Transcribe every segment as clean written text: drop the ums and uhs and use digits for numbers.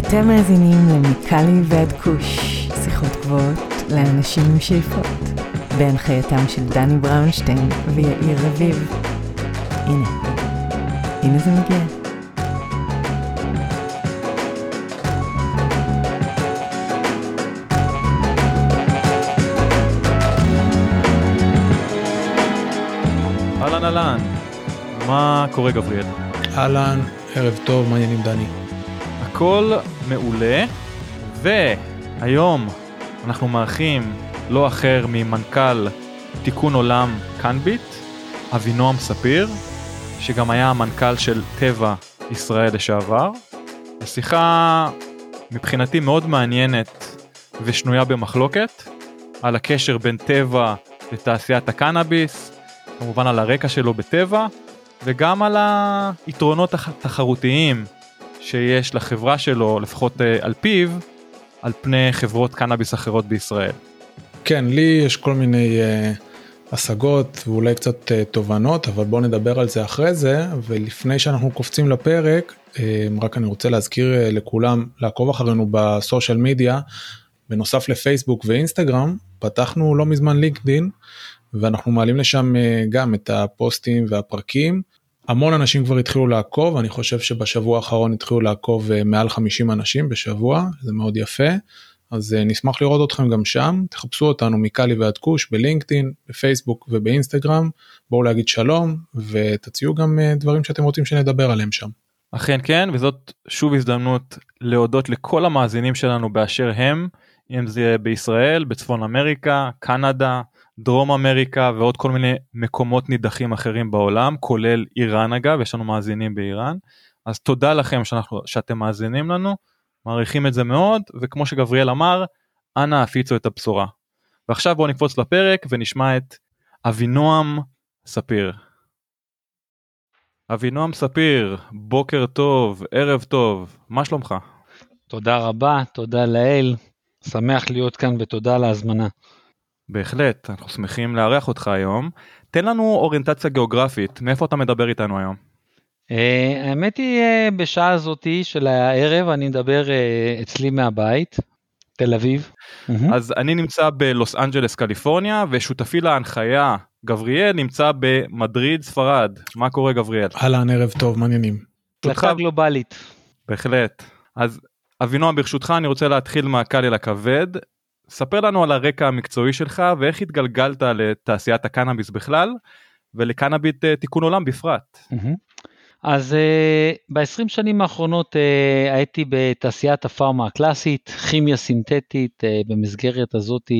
אתם מאזינים למיקלי ועד כוש, שיחות גבוהות לאנשים עם שאיפות, בהנחייתם של דני בראונשטיין ויאיר רביב. הנה זה מגיע. אהלן, מה קורה גבריאל? אהלן, ערב טוב, מה העניינים דני? הכל מעולה, והיום אנחנו מארחים לא אחר ממנכ"ל תיקון עולם קנביט, אבינועם ספיר, שגם היה המנכ"ל של טבע ישראל לשעבר. השיחה מבחינתי מאוד מעניינת ושנויה במחלוקת, על הקשר בין טבע לתעשיית הקנאביס, כמובן על הרקע שלו בטבע, וגם על היתרונות התחרותיים שיש לחברה שלו, לפחות על פיו, על פני חברות קנאביס אחרות בישראל. כן, לי יש כל מיני השגות ואולי קצת תובנות, אבל בואו נדבר על זה אחרי זה, ולפני שאנחנו קופצים לפרק, רק אני רוצה להזכיר לכולם לעקוב אחרינו בסושיאל מדיה, בנוסף לפייסבוק ואינסטגרם, פתחנו לא מזמן לינקדין, ואנחנו מעלים לשם גם את הפוסטים והפרקים. המון אנשים כבר התחילו לעקוב, אני חושב שבשבוע האחרון התחילו לעקוב מעל 50 אנשים בשבוע, זה מאוד יפה, אז נשמח לראות אתכם גם שם, תחפשו אותנו מיקלי ועד כוש בלינקדין, בפייסבוק ובאינסטגרם, בואו להגיד שלום, ותציעו גם דברים שאתם רוצים שנדבר עליהם שם. אכן כן, וזאת שוב הזדמנות להודות לכל המאזינים שלנו באשר הם, אם זה בישראל, בצפון אמריקה, קנדה, דרום אמריקה ועוד כל מיני מקומות נידחים אחרים בעולם, כולל איראן אגב, יש לנו מאזינים באיראן, אז תודה לכם שאתם מאזינים לנו, מעריכים את זה מאוד, וכמו שגבריאל אמר, אנא הפיצו את הבשורה. ועכשיו בואו נקפוץ לפרק ונשמע את אבינועם ספיר. אבינועם ספיר, בוקר טוב, ערב טוב, מה שלומך? תודה רבה, תודה לאל, שמח להיות כאן ותודה על ההזמנה. בהחלט, אנחנו שמחים לארח אותך היום. תן לנו אוריינטציה גיאוגרפית, מאיפה אתה מדבר איתנו היום? האמת היא, בשעה הזאת של הערב, אני מדבר אצלי מהבית, תל אביב. אז אני נמצא בלוס אנג'לס, קליפורניה, ושותפי להנחיה, גבריאל, נמצא במדריד, ספרד. מה קורה גבריאל? אהלן, ערב טוב, מעניינים. הצלחה גלובלית. בהחלט. אז אבינועם, ברשותך, אני רוצה להתחיל מהקל אל הכבד. ספר לנו על הרקע המקצועי שלך, ואיך התגלגלת לתעשיית הקנאביס בכלל, ולקנאביט תיקון עולם בפרט. אז ב-20 שנים האחרונות הייתי בתעשיית הפארמה הקלאסית, כימיה סינתטית, במסגרת הזאת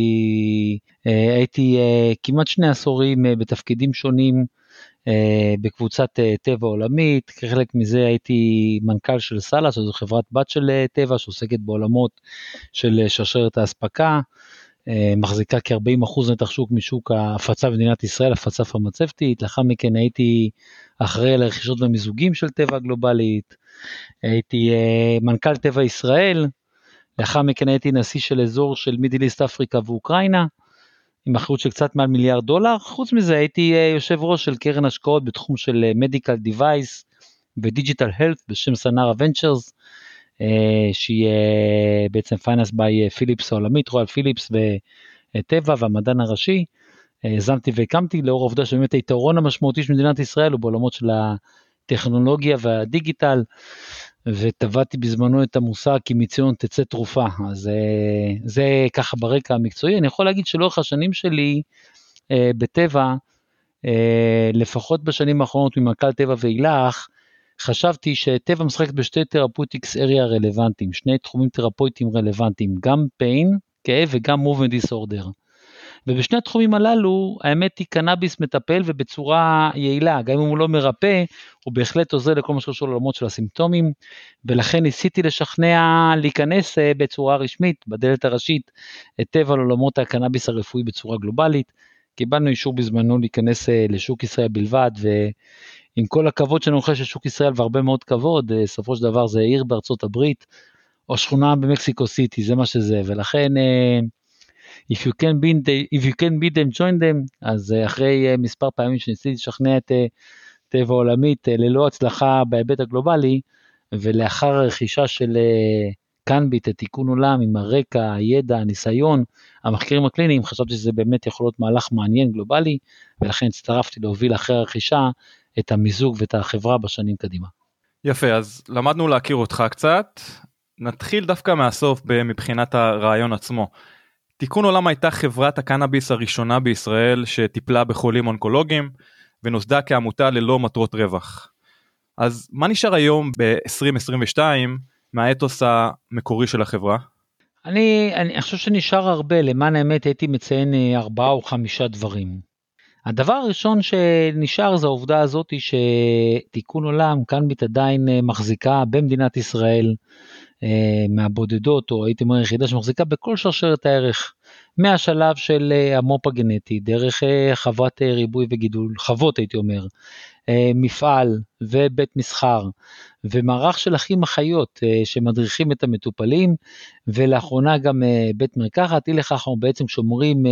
הייתי כמעט 2 עשורים בתפקידים שונים, בקבוצת טבע עולמית, כחלק מזה הייתי מנכ"ל של סאלה, שזו חברת בת של טבע, שעוסקת בעולמות של שרשרת האספקה, מחזיקה כ-40% נתח שוק משוק ההפצה במדינת ישראל, הפצה פרמצבטית, לאחר מכן הייתי אחראי על הרכישות ומיזוגים של טבע גלובלית, הייתי מנכ"ל טבע ישראל, לאחר מכן הייתי נשיא של אזור של מידל איסט אפריקה ואוקראינה, עם אחריות של קצת מעל $1 מיליארד, חוץ מזה הייתי יושב ראש של קרן השקעות בתחום של Medical Device ו-Digital Health בשם סנארה Ventures, שהיא בעצם financed by פיליפס העולמית, רויאל פיליפס וטבע והמדען הראשי, יזמתי והקמתי לאור העובדה שבאמת היתרון המשמעותי של מדינת ישראל הוא בעולמות של הטכנולוגיה והדיגיטל, וטבעתי בזמנו את המושג כי מציון תצא תרופה, אז זה ככה ברקע המקצועי. אני יכול להגיד שלאורך השנים שלי בטבע, לפחות בשנים האחרונות ממנכ"ל טבע ואילך, חשבתי שטבע משחקת בשתי תרפויטיקס אריה רלוונטיים, 2 תחומים תרפויטיים רלוונטיים, גם pain, כאב וגם movement disorder. ובשני התחומים הללו, האמת היא קנאביס מטפל ובצורה יעילה, גם אם הוא לא מרפא, הוא בהחלט עוזר לכל מה שקשור לעולמות של הסימפטומים, ולכן ניסיתי לשכנע להיכנס בצורה רשמית, בדלת הראשית, את טבע לעולמות הקנאביס הרפואי בצורה גלובלית, קיבלנו אישור בזמנו להיכנס לשוק ישראל בלבד, ועם כל הכבוד שאני רוכש לשוק ישראל, והרבה מאוד כבוד, סופו של דבר זה עיר בארצות הברית, או שכונה במקסיקו סיטי, זה מה שזה, ולכן if you can beat them, join them, אז אחרי מספר פעמים שניסיתי לשכנע את טבע עולמית ללא הצלחה בהיבט הגלובלי, ולאחר רכישה של קנביט, תיקון עולם, עם הרקע, הידע, הניסיון, המחקרים הקליניים, חשבתי שזה באמת יכול להיות מהלך מעניין גלובלי, ולכן הצטרפתי להוביל אחרי הרכישה את המיזוג ואת החברה בשנים קדימה. יפה, אז למדנו להכיר אותך קצת, נתחיל דווקא מהסוף מבחינת הרעיון עצמו. תיקון עולם הייתה חברת הקנאביס הראשונה בישראל שטיפלה בחולים אונקולוגיים, ונוסדה כעמותה ללא מטרות רווח. אז מה נשאר היום ב-2022 מהאתוס המקורי של החברה? אני חושב שנשאר הרבה, למען האמת הייתי מציין 4 או 5 דברים. הדבר הראשון שנשאר זה העובדה הזאת שתיקון עולם, קנביט עדיין מחזיקה במדינת ישראל, מהבודדות, או הייתי אומר יחידה שמחזיקה בכל שרשרת הערך, מהשלב של המופ הגנטי, דרך חוות ריבוי וגידול, חוות הייתי אומר, מפעל ובית מסחר, ומערך של אחים אחיות שמדריכים את המטופלים, ולאחרונה גם בית מרקחת, אי לכך אנחנו בעצם שומרים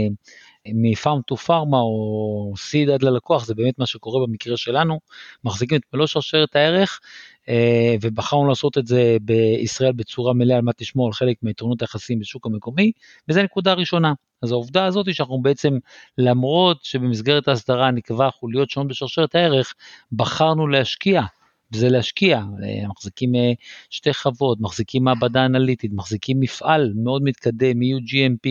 מפארם טו פארמה או סיד עד ללקוח, זה באמת מה שקורה במקרה שלנו, מחזיקים את מלוא שרשרת הערך, ובחרנו לעשות את זה בישראל בצורה מלאה, על מנת לשמור על חלק מהיתרונות היחסים בשוק המקומי, וזו הנקודה הראשונה. אז העובדה הזאת היא שאנחנו בעצם, למרות שבמסגרת ההסדרה נקבע חוליות שונות בשרשרת הערך, בחרנו להשקיע, וזה להשקיע, מחזיקים 2 חוות, מחזיקים מעבדה אנליטית, מחזיקים מפעל מאוד מתקדם, EU-GMP,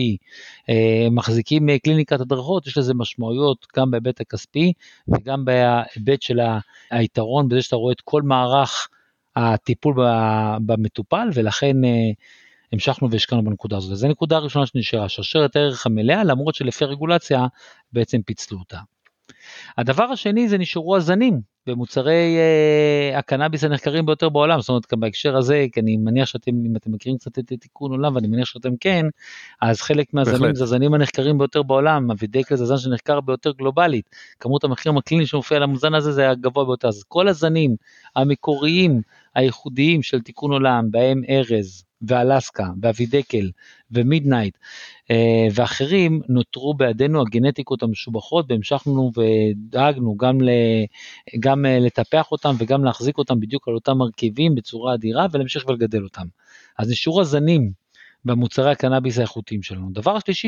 מחזיקים קליניקת הדרכות, יש לזה משמעויות גם בהיבט הכספי, וגם בהיבט של היתרון, בזה שאתה רואה את כל מערך הטיפול במטופל, ולכן המשכנו והשקענו בנקודה הזאת. זו נקודה הראשונה שנשארה, שרשרת הערך המלאה, למרות שלפי רגולציה בעצם פיצלו אותה. הדבר השני זה נשארו הזנים, במוצרי הקנאביס הנחקרים ביותר בעולם, זאת אומרת, גם בהקשר הזה, כי אני מניח שאתם, אם אתם מכירים קצת את תיקון עולם, ואני מניח שאתם כן, אז חלק מהזנים זה הזנים הנחקרים ביותר בעולם, הווידקל זה הזן שנחקר ביותר גלובלית, כמות המחירים הקליניים שמופיע על המזן הזה, זה הגבוה ביותר, אז כל הזנים המקוריים, הייחודיים של תיקון עולם, בהם ארז, ואלסקה, והווידקל, ומידנייט, ואחרים נותרו בידינו הגנטיקות המשובחות, והמשכנו ודאגנו גם לטפח אותם, וגם להחזיק אותם בדיוק על אותם מרכיבים בצורה אדירה, ולהמשיך ולגדל אותם. אז נשארו הזנים במוצרי הקנאביס האיכותיים שלנו. דבר שלישי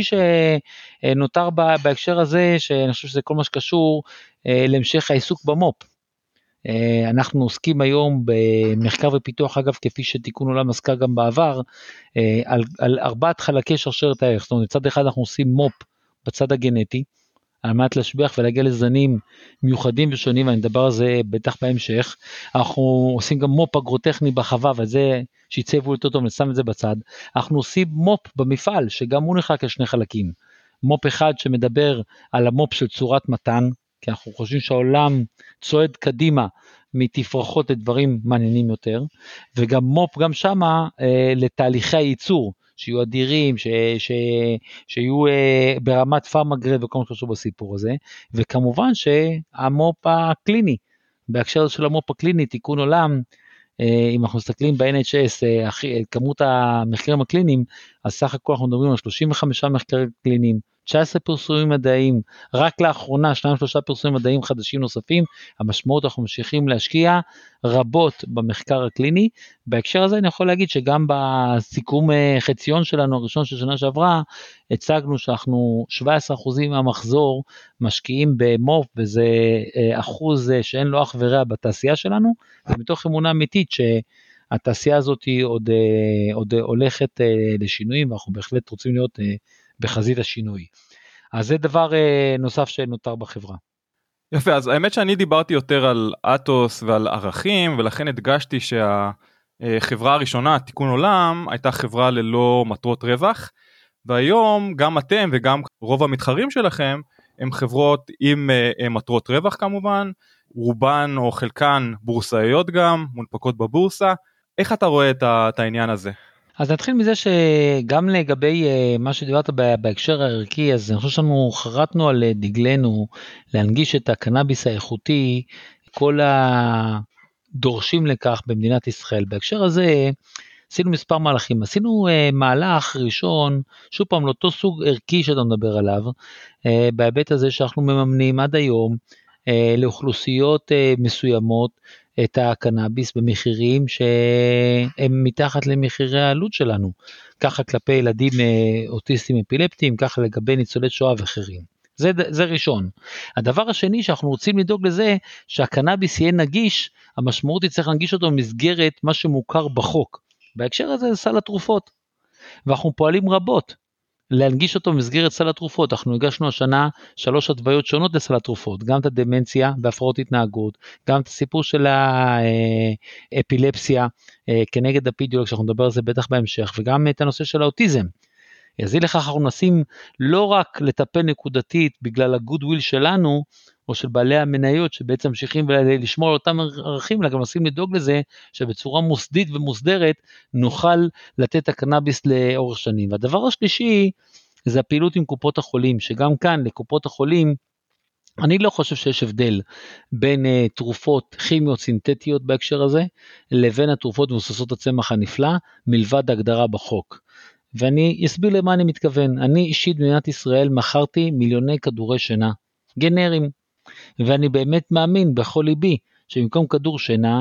שנותר בהקשר הזה, שאני חושב שזה כל מה שקשור להמשך העיסוק במופ. אנחנו עוסקים היום במחקר ופיתוח, אגב, כפי שתיקון עולם עסקה גם בעבר, על 4 חלקי שרשרת הערך. זאת אומרת, מצד אחד אנחנו עושים מופ בצד הגנטי, על מנת להשביח ולהגיע לזנים מיוחדים ושונים, ואני מדבר על זה בטח בהמשך. אנחנו עושים גם מופ אגרוטכני בחווה, וזה שיצבו יותר טוב, נשים את זה בצד. אנחנו עושים מופ במפעל, שגם הוא נחלק על 2 חלקים. מופ אחד שמדבר על המופ של צורת מתן, כי אנחנו חושבים שהעולם צועד קדימה מתפרחות לדברים מעניינים יותר, וגם מופ גם שמה לתהליכי הייצור, שיהיו אדירים, שיהיו ברמת פארמה-גרייד וכל מה שקשור בסיפור הזה, וכמובן שהמופ הקליני, בהקשר של המופ הקליני, תיקון עולם, אם אנחנו מסתכלים ב-NHS, כמות המחקרים הקליניים, אז סך הכל אנחנו מדברים על 35 מחקרים קליניים, 19 פרסומים מדעיים, רק לאחרונה 2-3 פרסומים מדעיים חדשים נוספים, המשמעות אנחנו ממשיכים להשקיע רבות במחקר הקליני, בהקשר הזה אני יכול להגיד שגם בסיכום חציון שלנו הראשון של שנה שעברה, הצגנו שאנחנו 17% מהמחזור משקיעים במופ, וזה אחוז שאין לו אח ורע בתעשייה שלנו, ומתוך אמונה אמיתית שהתעשייה הזאת עוד הולכת לשינויים, ואנחנו בהחלט רוצים להיות בחזית השינוי. אז זה דבר נוסף שנותר בחברה. יפה, אז האמת שאני דיברתי יותר על אתוס ועל ערכים, ולכן הדגשתי שהחברה הראשונה, תיקון עולם, הייתה חברה ללא מטרות רווח, והיום גם אתם וגם רוב המתחרים שלכם, הם חברות עם מטרות רווח כמובן, רובן או חלקן בורסאיות גם, מונפקות בבורסה. איך אתה רואה את העניין הזה? אז נתחיל מזה שגם לגבי מה שדיברת בהקשר הערכי, אז אני חושב שאנחנו חרטנו על דגלנו להנגיש את הקנאביס האיכותי, כל הדורשים לכך במדינת ישראל. בהקשר הזה עשינו מספר מהלכים, עשינו מהלך ראשון, שוב פעם לאותו סוג ערכי שאתה מדבר עליו, בהיבט הזה שאנחנו מממנים עד היום, לאוכלוסיות מסוימות, את הקנאביס במחירים שהם מתחת למחירי העלות שלנו, ככה כלפי ילדים אוטיסטים אפילפטיים, ככה לגבי ניצולי שואה ואחרים. זה ראשון. הדבר השני שאנחנו רוצים לדאוג לזה, שהקנאביס יהיה נגיש, המשמעות היא צריך להנגיש אותו במסגרת מה שמוכר בחוק. בהקשר הזה זה סל התרופות, ואנחנו פועלים רבות להנגיש אותו במסגרת סל התרופות. אנחנו הגשנו השנה 3 התוויות שונות לסל התרופות, גם את הדמנציה בהפרעות התנהגות, גם את הסיפור של האפילפסיה כנגד הפידיולוג, שאנחנו נדבר על זה בטח בהמשך, וגם את הנושא של האוטיזם. אז אי לכך אנחנו נסים לא רק לטפל נקודתית בגלל הגודוויל שלנו, או של בעלי המניות שבעצם ממשיכים לשמור על אותם ערכים, אלא גם נסים לדאוג לזה שבצורה מוסדית ומוסדרת נוכל לתת את הקנאביס לאורך שנים. והדבר השלישי זה הפעילות עם קופות החולים, שגם כאן לקופות החולים, אני לא חושב שיש הבדל בין תרופות כימיות סינתטיות בהקשר הזה, לבין התרופות מבוססות הצמח הנפלא, מלבד ההגדרה בחוק. ואני אסביר למה אני מתכוון. אני אישית במדינת ישראל מכרתי מיליוני כדורי שינה, גנרים, ואני באמת מאמין בכל ליבי, שבמקום כדור שינה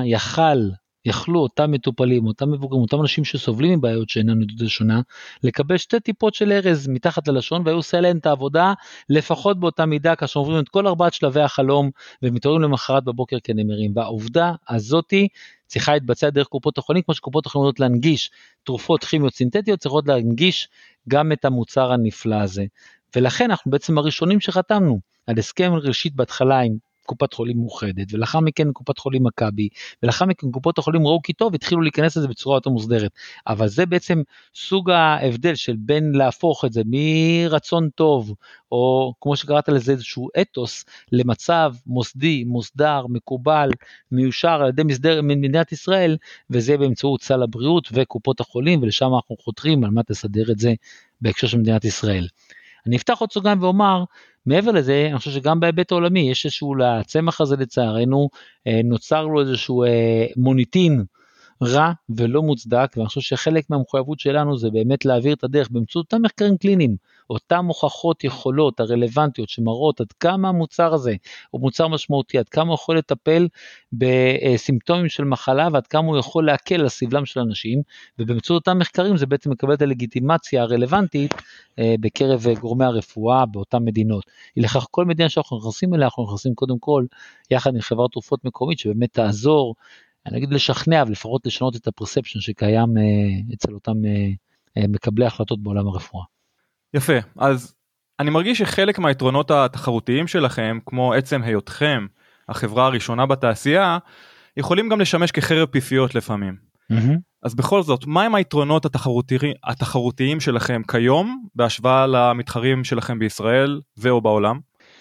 יכלו אותם מטופלים, אותם מבוגרים, אותם אנשים שסובלים מבעיות שינה נדודי שונה, לקבל 2 טיפות של ארז מתחת ללשון, והיו עושה להם את העבודה לפחות באותה מידה, כאשר עוברים את כל 4 שלבי החלום, ומתעוררים למחרת בבוקר כנמרים. והעובדה הזאתי צריכה להתבצע דרך קופות החולים, כמו שקופות החולים יודעות להנגיש תרופות כימיות סינתטיות, צריכות להנגיש גם את המוצר הנפלא הזה. ולכן אנחנו בעצם הראשונים שחתמנו על הסכם ראשית בהתחלה עם קופת חולים מאוחדת, ולאחר מכן קופת חולים מכבי, ולאחר מכן קופות החולים ראו כי טוב, התחילו להיכנס לזה בצורה יותר מוסדרת. אבל זה בעצם סוג ההבדל של בין להפוך את זה מרצון טוב, או כמו שקראת לזה איזשהו אתוס, למצב מוסדי, מוסדר, מקובל, מיושר על ידי מדינת ישראל, וזה באמצעות סל הבריאות וקופות החולים, ולשם אנחנו חותרים על מנת לסדר את זה בהקשר של מדינת ישראל. אני אפתח עוד סוגריים ואומר, מעבר לזה, אני חושב שגם בהיבט העולמי, יש איזשהו לצמח הזה לצערנו, נוצר לו איזשהו מוניטין רע ולא מוצדק, ואני חושב שחלק מהמחויבות שלנו זה באמת להעביר את הדרך באמצעות אותם מחקרים קליניים, אותם הוכחות יכולות הרלוונטיות שמראות עד כמה המוצר הזה הוא מוצר משמעותי, עד כמה הוא יכול לטפל בסימפטומים של מחלה, ועד כמה הוא יכול להקל על סבלם של אנשים, ובאמצעות אותם מחקרים זה בעצם מקבל את הלגיטימציה הרלוונטית בקרב גורמי הרפואה באותן מדינות. לכך כל מדינה שאנחנו נכנסים אליה, אנחנו נכנסים קודם כל יחד עם חברת תרופות מקומית שבאמת תעזור, אני אגיד לשכנע, אבל לפחות לשנות את הפרספשן שקיים אצל אותם מקבלי החלטות בעולם הרפואה. יפה, אז אני מרגיש שחלק מהיתרונות התחרותיים שלכם, כמו עצם היותכם החברה הראשונה בתעשייה, יכולים גם לשמש כחרב פיפיות לפעמים. אז בכל זאת, מהם היתרונות התחרותיים שלכם כיום, בהשוואה למתחרים שלכם בישראל ואו בעולם?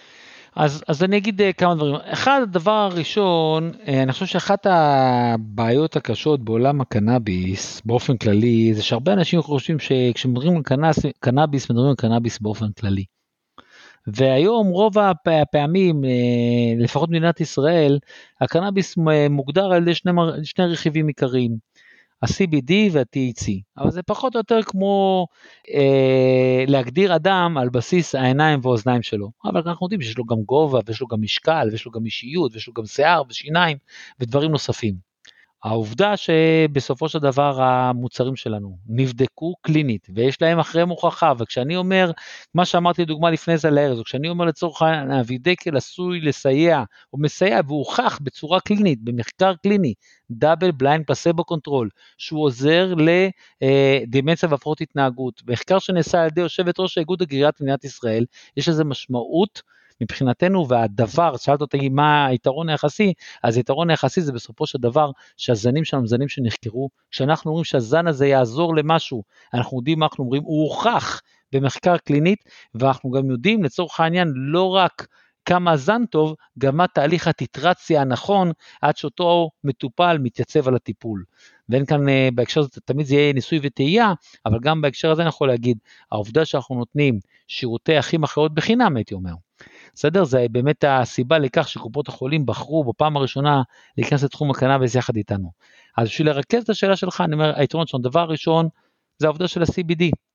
אז אני אגיד כמה דברים. אחד, הדבר הראשון, אני חושב שאחת הבעיות הקשות בעולם הקנאביס, באופן כללי, זה שהרבה אנשים חושבים שכשמדברים על קנאביס, מדברים על קנאביס באופן כללי. והיום רוב הפעמים, לפחות במדינת ישראל, הקנאביס מוגדר על ידי שני רכיבים עיקריים. ה-CBD וה-THC, אבל זה פחות או יותר כמו להגדיר אדם על בסיס העיניים והאוזניים שלו, אבל אנחנו יודעים שיש לו גם גובה, ויש לו גם משקל, ויש לו גם אישיות, ויש לו גם שיער ושיניים, ודברים נוספים. העובדה שבסופו של דבר המוצרים שלנו נבדקו קלינית, ויש להם אחרי מוכחה, וכשאני אומר, מה שאמרתי דוגמה לפני זה לארז, וכשאני אומר לצורך הווידקל עשוי לסייע, או מסייע, והוכח בצורה קלינית, במחקר קליני, דאבל בליינד פלסבו קונטרול, שהוא עוזר לדימנציה והפרעות התנהגות, מחקר שנעשה על ידי יושבת ראש האיגוד הגריאטרי במדינת ישראל, יש לזה משמעות, מבחינתנו, והדבר, שאלת אותי מה היתרון היחסי, אז היתרון היחסי זה בסופו של דבר, שהזנים שלנו, זנים שנחקרו, כשאנחנו אומרים שהזן הזה יעזור למשהו, אנחנו יודעים מה אנחנו אומרים, הוא הוכח במחקר קלינית, ואנחנו גם יודעים לצורך העניין, לא רק כמה הזן טוב, גם מה תהליך הטיטרציה הנכון, עד שאותו מטופל מתייצב על הטיפול. ואין כאן בהקשר הזה, תמיד זה יהיה ניסוי וטעייה, אבל גם בהקשר הזה אני יכול להגיד, העובדה שאנחנו נותנים שירותי אחים אחרות בחינם, הייתי אומר. בסדר? זה באמת הסיבה לכך שקופות החולים בחרו בפעם הראשונה להיכנס לתחום הקנאביס יחד איתנו. אז בשביל לרכז את השאלה שלך, אני אומר, היתרון שלנו, דבר ראשון, זה העובדה של ה-CBD.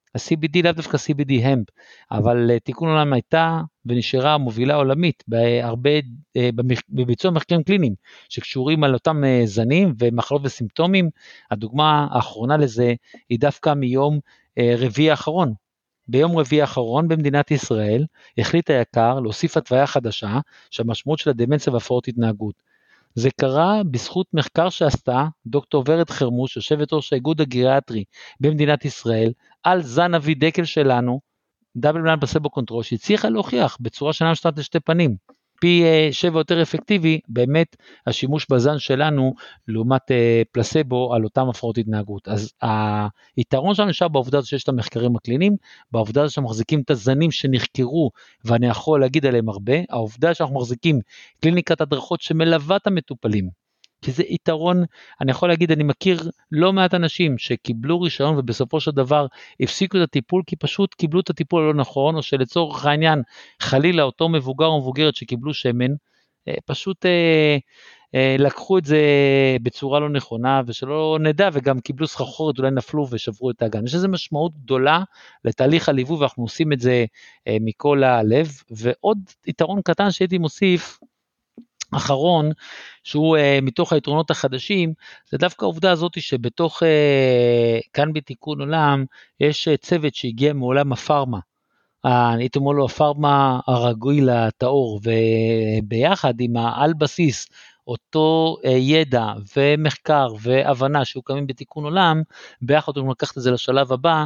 ה-CBD לאו דווקא CBD המפ, אבל תיקון עולם הייתה ונשארה מובילה עולמית בהרבה, בביצוע מחקרים קליניים שקשורים על אותם זנים ומחלות וסימפטומים. הדוגמה האחרונה לזה היא דווקא מיום רביעי האחרון. ביום רביעי האחרון במדינת ישראל החליט היק"ר להוסיף התוויה חדשה שהמשמעות של הדמנציה והפרעות התנהגות. זה קרה בזכות מחקר שעשתה דוקטור ורד חרמוש, יושבת ראש האיגוד הגריאטרי במדינת ישראל, על זן אבי דקל שלנו, דאבל בליינד פלסבו קונטרול, שהצליחה להוכיח בצורה שאינה משתמעת לשתי פנים, פי 7 יותר אפקטיבי, באמת השימוש בזן שלנו, לעומת פלסבו על אותם הפרעות התנהגות. אז היתרון שלנו נשאר בעובדה שיש את המחקרים הקליניים, בעובדה שאנחנו מחזיקים את הזנים שנחקרו, ואני יכול להגיד עליהם הרבה, העובדה שאנחנו מחזיקים קליניקת הדרכות שמלווה את המטופלים, כי זה יתרון. אני יכול להגיד, אני מכיר לא מעט אנשים שקיבלו רישיון ובסופו של דבר הפסיקו את הטיפול, כי פשוט קיבלו את הטיפול הלא נכון, או שלצורך העניין חלילה אותו מבוגר או מבוגרת שקיבלו שמן, פשוט לקחו את זה בצורה לא נכונה, ושלא נדע, וגם קיבלו סחרחורת, אולי נפלו ושברו את האגן. יש לזה משמעות גדולה לתהליך הליווי, ואנחנו עושים את זה מכל הלב. ועוד יתרון קטן שהייתי מוסיף, אחרון, שהוא מתוך היתרונות החדשים, זה דווקא העובדה הזאת שבתוך כאן בתיקון עולם, יש צוות שהגיע מעולם הפארמה, הייתי אומר לו הפארמה הרגוי לטהור, וביחד עם העל בסיס, אותו ידע ומחקר והבנה שהוקמים בתיקון עולם, ביחד הוא לקחת את זה לשלב הבא,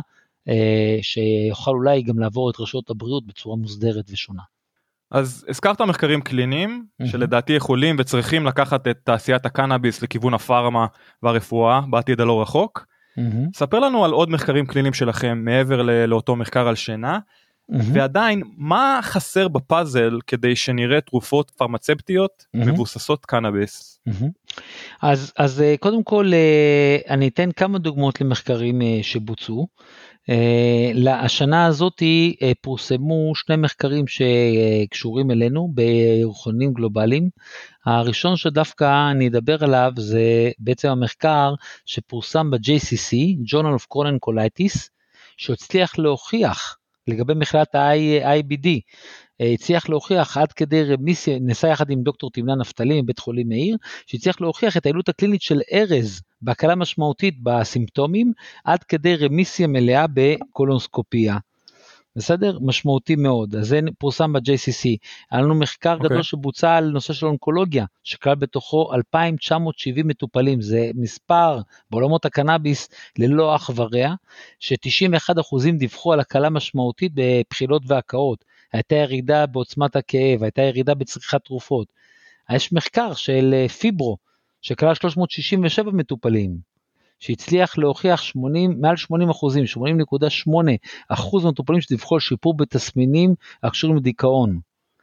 שיוכל אולי גם לעבור את רשויות הבריאות בצורה מוסדרת ושונה. אז הזכרת מחקרים קליניים, שלדעתי יכולים וצריכים לקחת את תעשיית הקנאביס לכיוון הפארמה והרפואה, בעתיד הלא רחוק. ספר לנו על עוד מחקרים קליניים שלכם, מעבר לאותו מחקר על שינה, ועדיין, מה חסר בפאזל כדי שנראה תרופות פרמצפטיות מבוססות קנאביס? אז קודם כל, אני אתן כמה דוגמאות למחקרים שבוצעו. השנה הזאת פורסמו שני מחקרים שקשורים אלינו בירחונים גלובליים. הראשון שדווקא אני אדבר עליו זה בעצם המחקר שפורסם ב-JCC, Journal of Chronic Colitis, שהצליח להוכיח לגבי מחלת ה-IBD, הצליח להוכיח עד כדי רמיסיה, נסע יחד עם דוקטור תמנה נפתלי מבית חולים מאיר, שהצליח להוכיח את העילות הקלינית של ארז, בהקלה משמעותית בסימפטומים, עד כדי רמיסיה מלאה בקולונוסקופיה. בסדר? משמעותי מאוד. אז זה פורסם ב-JCC. היה לנו מחקר גדול שבוצע על נושא של אונקולוגיה, שכלל בתוכו 2,970 מטופלים. זה מספר בעולמות הקנאביס ללא אח ורע, ש91% דיווחו על הקלה משמעותית בבחילות והקאות. הייתה ירידה בעוצמת הכאב, הייתה ירידה בצריכת תרופות. יש מחקר של פיברו, שכלל 367 מטופלים, שהצליח להוכיח מעל 80%, 80.8% מהמטופלים שדיווחו על שיפור בתסמינים הקשורים לדיכאון.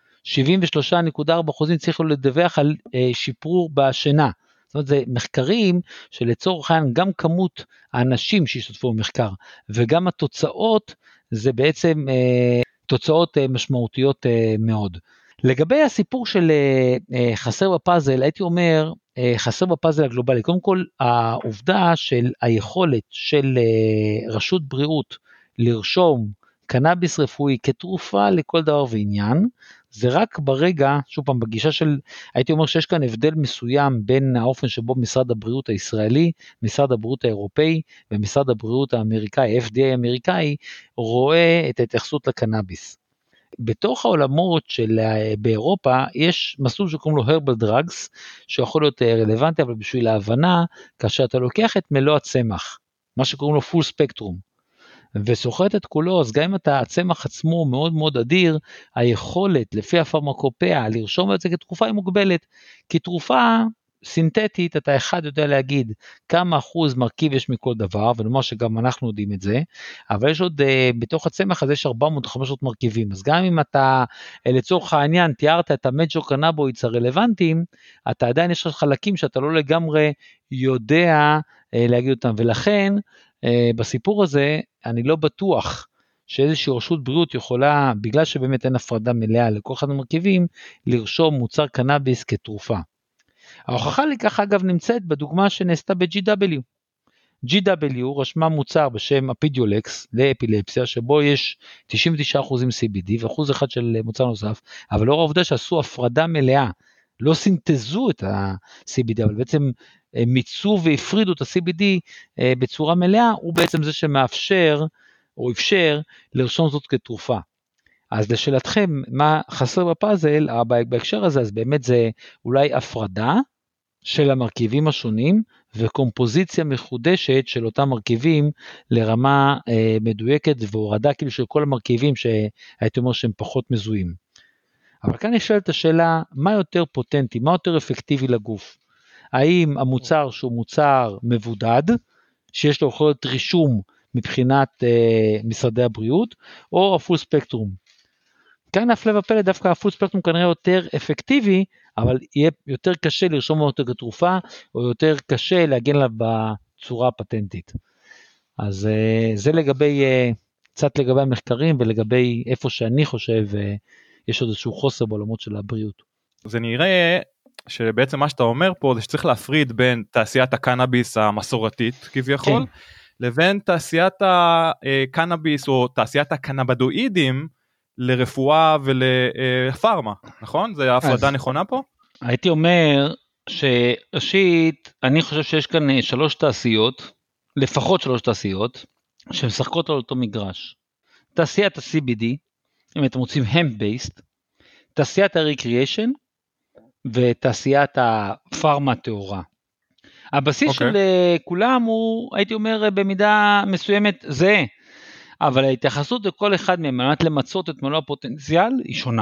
73.4% צריכו לדווח על שיפור בשינה. זאת אומרת, זה מחקרים שלצורך העניין גם כמות האנשים שהשתתפו במחקר, וגם התוצאות, זה בעצם תוצאות משמעותיות מאוד. לגבי הסיפור של חסר בפאזל, הייתי אומר, חסר בפאזל הגלובלי. קודם כל, העובדה של היכולת של רשות בריאות לרשום קנאביס רפואי כתרופה לכל דבר ועניין, זה רק ברגע, שוב פעם, בגישה של, הייתי אומר שיש כאן הבדל מסוים בין האופן שבו משרד הבריאות הישראלי, משרד הבריאות האירופאי ומשרד הבריאות האמריקאי, FDA האמריקאי, רואה את ההתייחסות לקנאביס. בתוך העולמות של באירופה יש מסלול שקוראים לו Herbal Drugs, שיכול להיות רלוונטי, אבל בשביל ההבנה, כאשר אתה לוקח את מלוא הצמח, מה שקוראים לו Full Spectrum, וסוחט את כולו, אז גם אם הצמח עצמו מאוד מאוד אדיר, היכולת לפי הפרמקופיה לרשום את זה כתרופה היא מוגבלת, כי תרופה סינתטית, אתה אחד יודע להגיד כמה אחוז מרכיב יש מכל דבר, ונאמר שגם אנחנו יודעים את זה, אבל יש עוד, בתוך הצמח הזה יש 400-500 מרכיבים, אז גם אם אתה לצורך העניין תיארת את המג'ור קנאבוידס הרלוונטיים, אתה עדיין יש חלקים שאתה לא לגמרי יודע להגיד אותם, ולכן בסיפור הזה אני לא בטוח שאיזושהי רשות בריאות יכולה, בגלל שבאמת אין הפרדה מלאה לכל אחד המרכיבים, לרשום מוצר קנאביס כתרופה. ההוכחה לכך אגב נמצאת בדוגמה שנעשתה ב-GW. GW רשמה מוצר בשם אפידיולקס לאפילפסיה, שבו יש 99% CBD ואחוז אחד של מוצר נוסף, אבל לאור העובדה שעשו הפרדה מלאה, לא סינתזו את ה-CBD, אבל בעצם מיצו והפרידו את ה-CBD בצורה מלאה, הוא בעצם זה שמאפשר או אפשר לרשום זאת כתרופה. אז לשאלתכם, מה חסר בפאזל, בהקשר הזה, אז באמת זה אולי הפרדה של המרכיבים השונים, וקומפוזיציה מחודשת של אותם מרכיבים, לרמה מדויקת, והורדה כאילו של כל המרכיבים, שהייתי אומר שהם פחות מזוהים. אבל כאן נשאלת השאלה, מה יותר פוטנטי, מה יותר אפקטיבי לגוף? האם המוצר שהוא מוצר מבודד, שיש לו יכולת רישום מבחינת משרדי הבריאות, או הפול ספקטרום? כאן הפלא ופלא, דווקא הפול ספקטרום כנראה יותר אפקטיבי, אבל יהיה יותר קשה לרשום אותו כתרופה, או יותר קשה להגן עליו בצורה הפטנטית. אז זה לגבי, קצת לגבי המחקרים, ולגבי איפה שאני חושב, יש עוד איזשהו חוסר בעולמות של הבריאות. זה נראה שבעצם מה שאתה אומר פה, זה שצריך להפריד בין תעשיית הקנאביס המסורתית כביכול, כן. לבין תעשיית הקנאביס או תעשיית הקנאבדואידים, לרפואה ולפארמה, נכון? זה ההפרדה נכונה פה? הייתי אומר שראשית, אני חושב שיש כאן 3 תעשיות, לפחות 3 תעשיות, שמשחקות על אותו מגרש. תעשיית ה-CBD, אם אתם רוצים hemp-based, תעשיית ה-recreation, ותעשיית הפארמה טהורה. הבסיס של כולם הוא, הייתי אומר, במידה מסוימת זה, אבל ההתייחסות לכל אחד מהם, על מנת למצות את מלוא הפוטנציאל, היא שונה.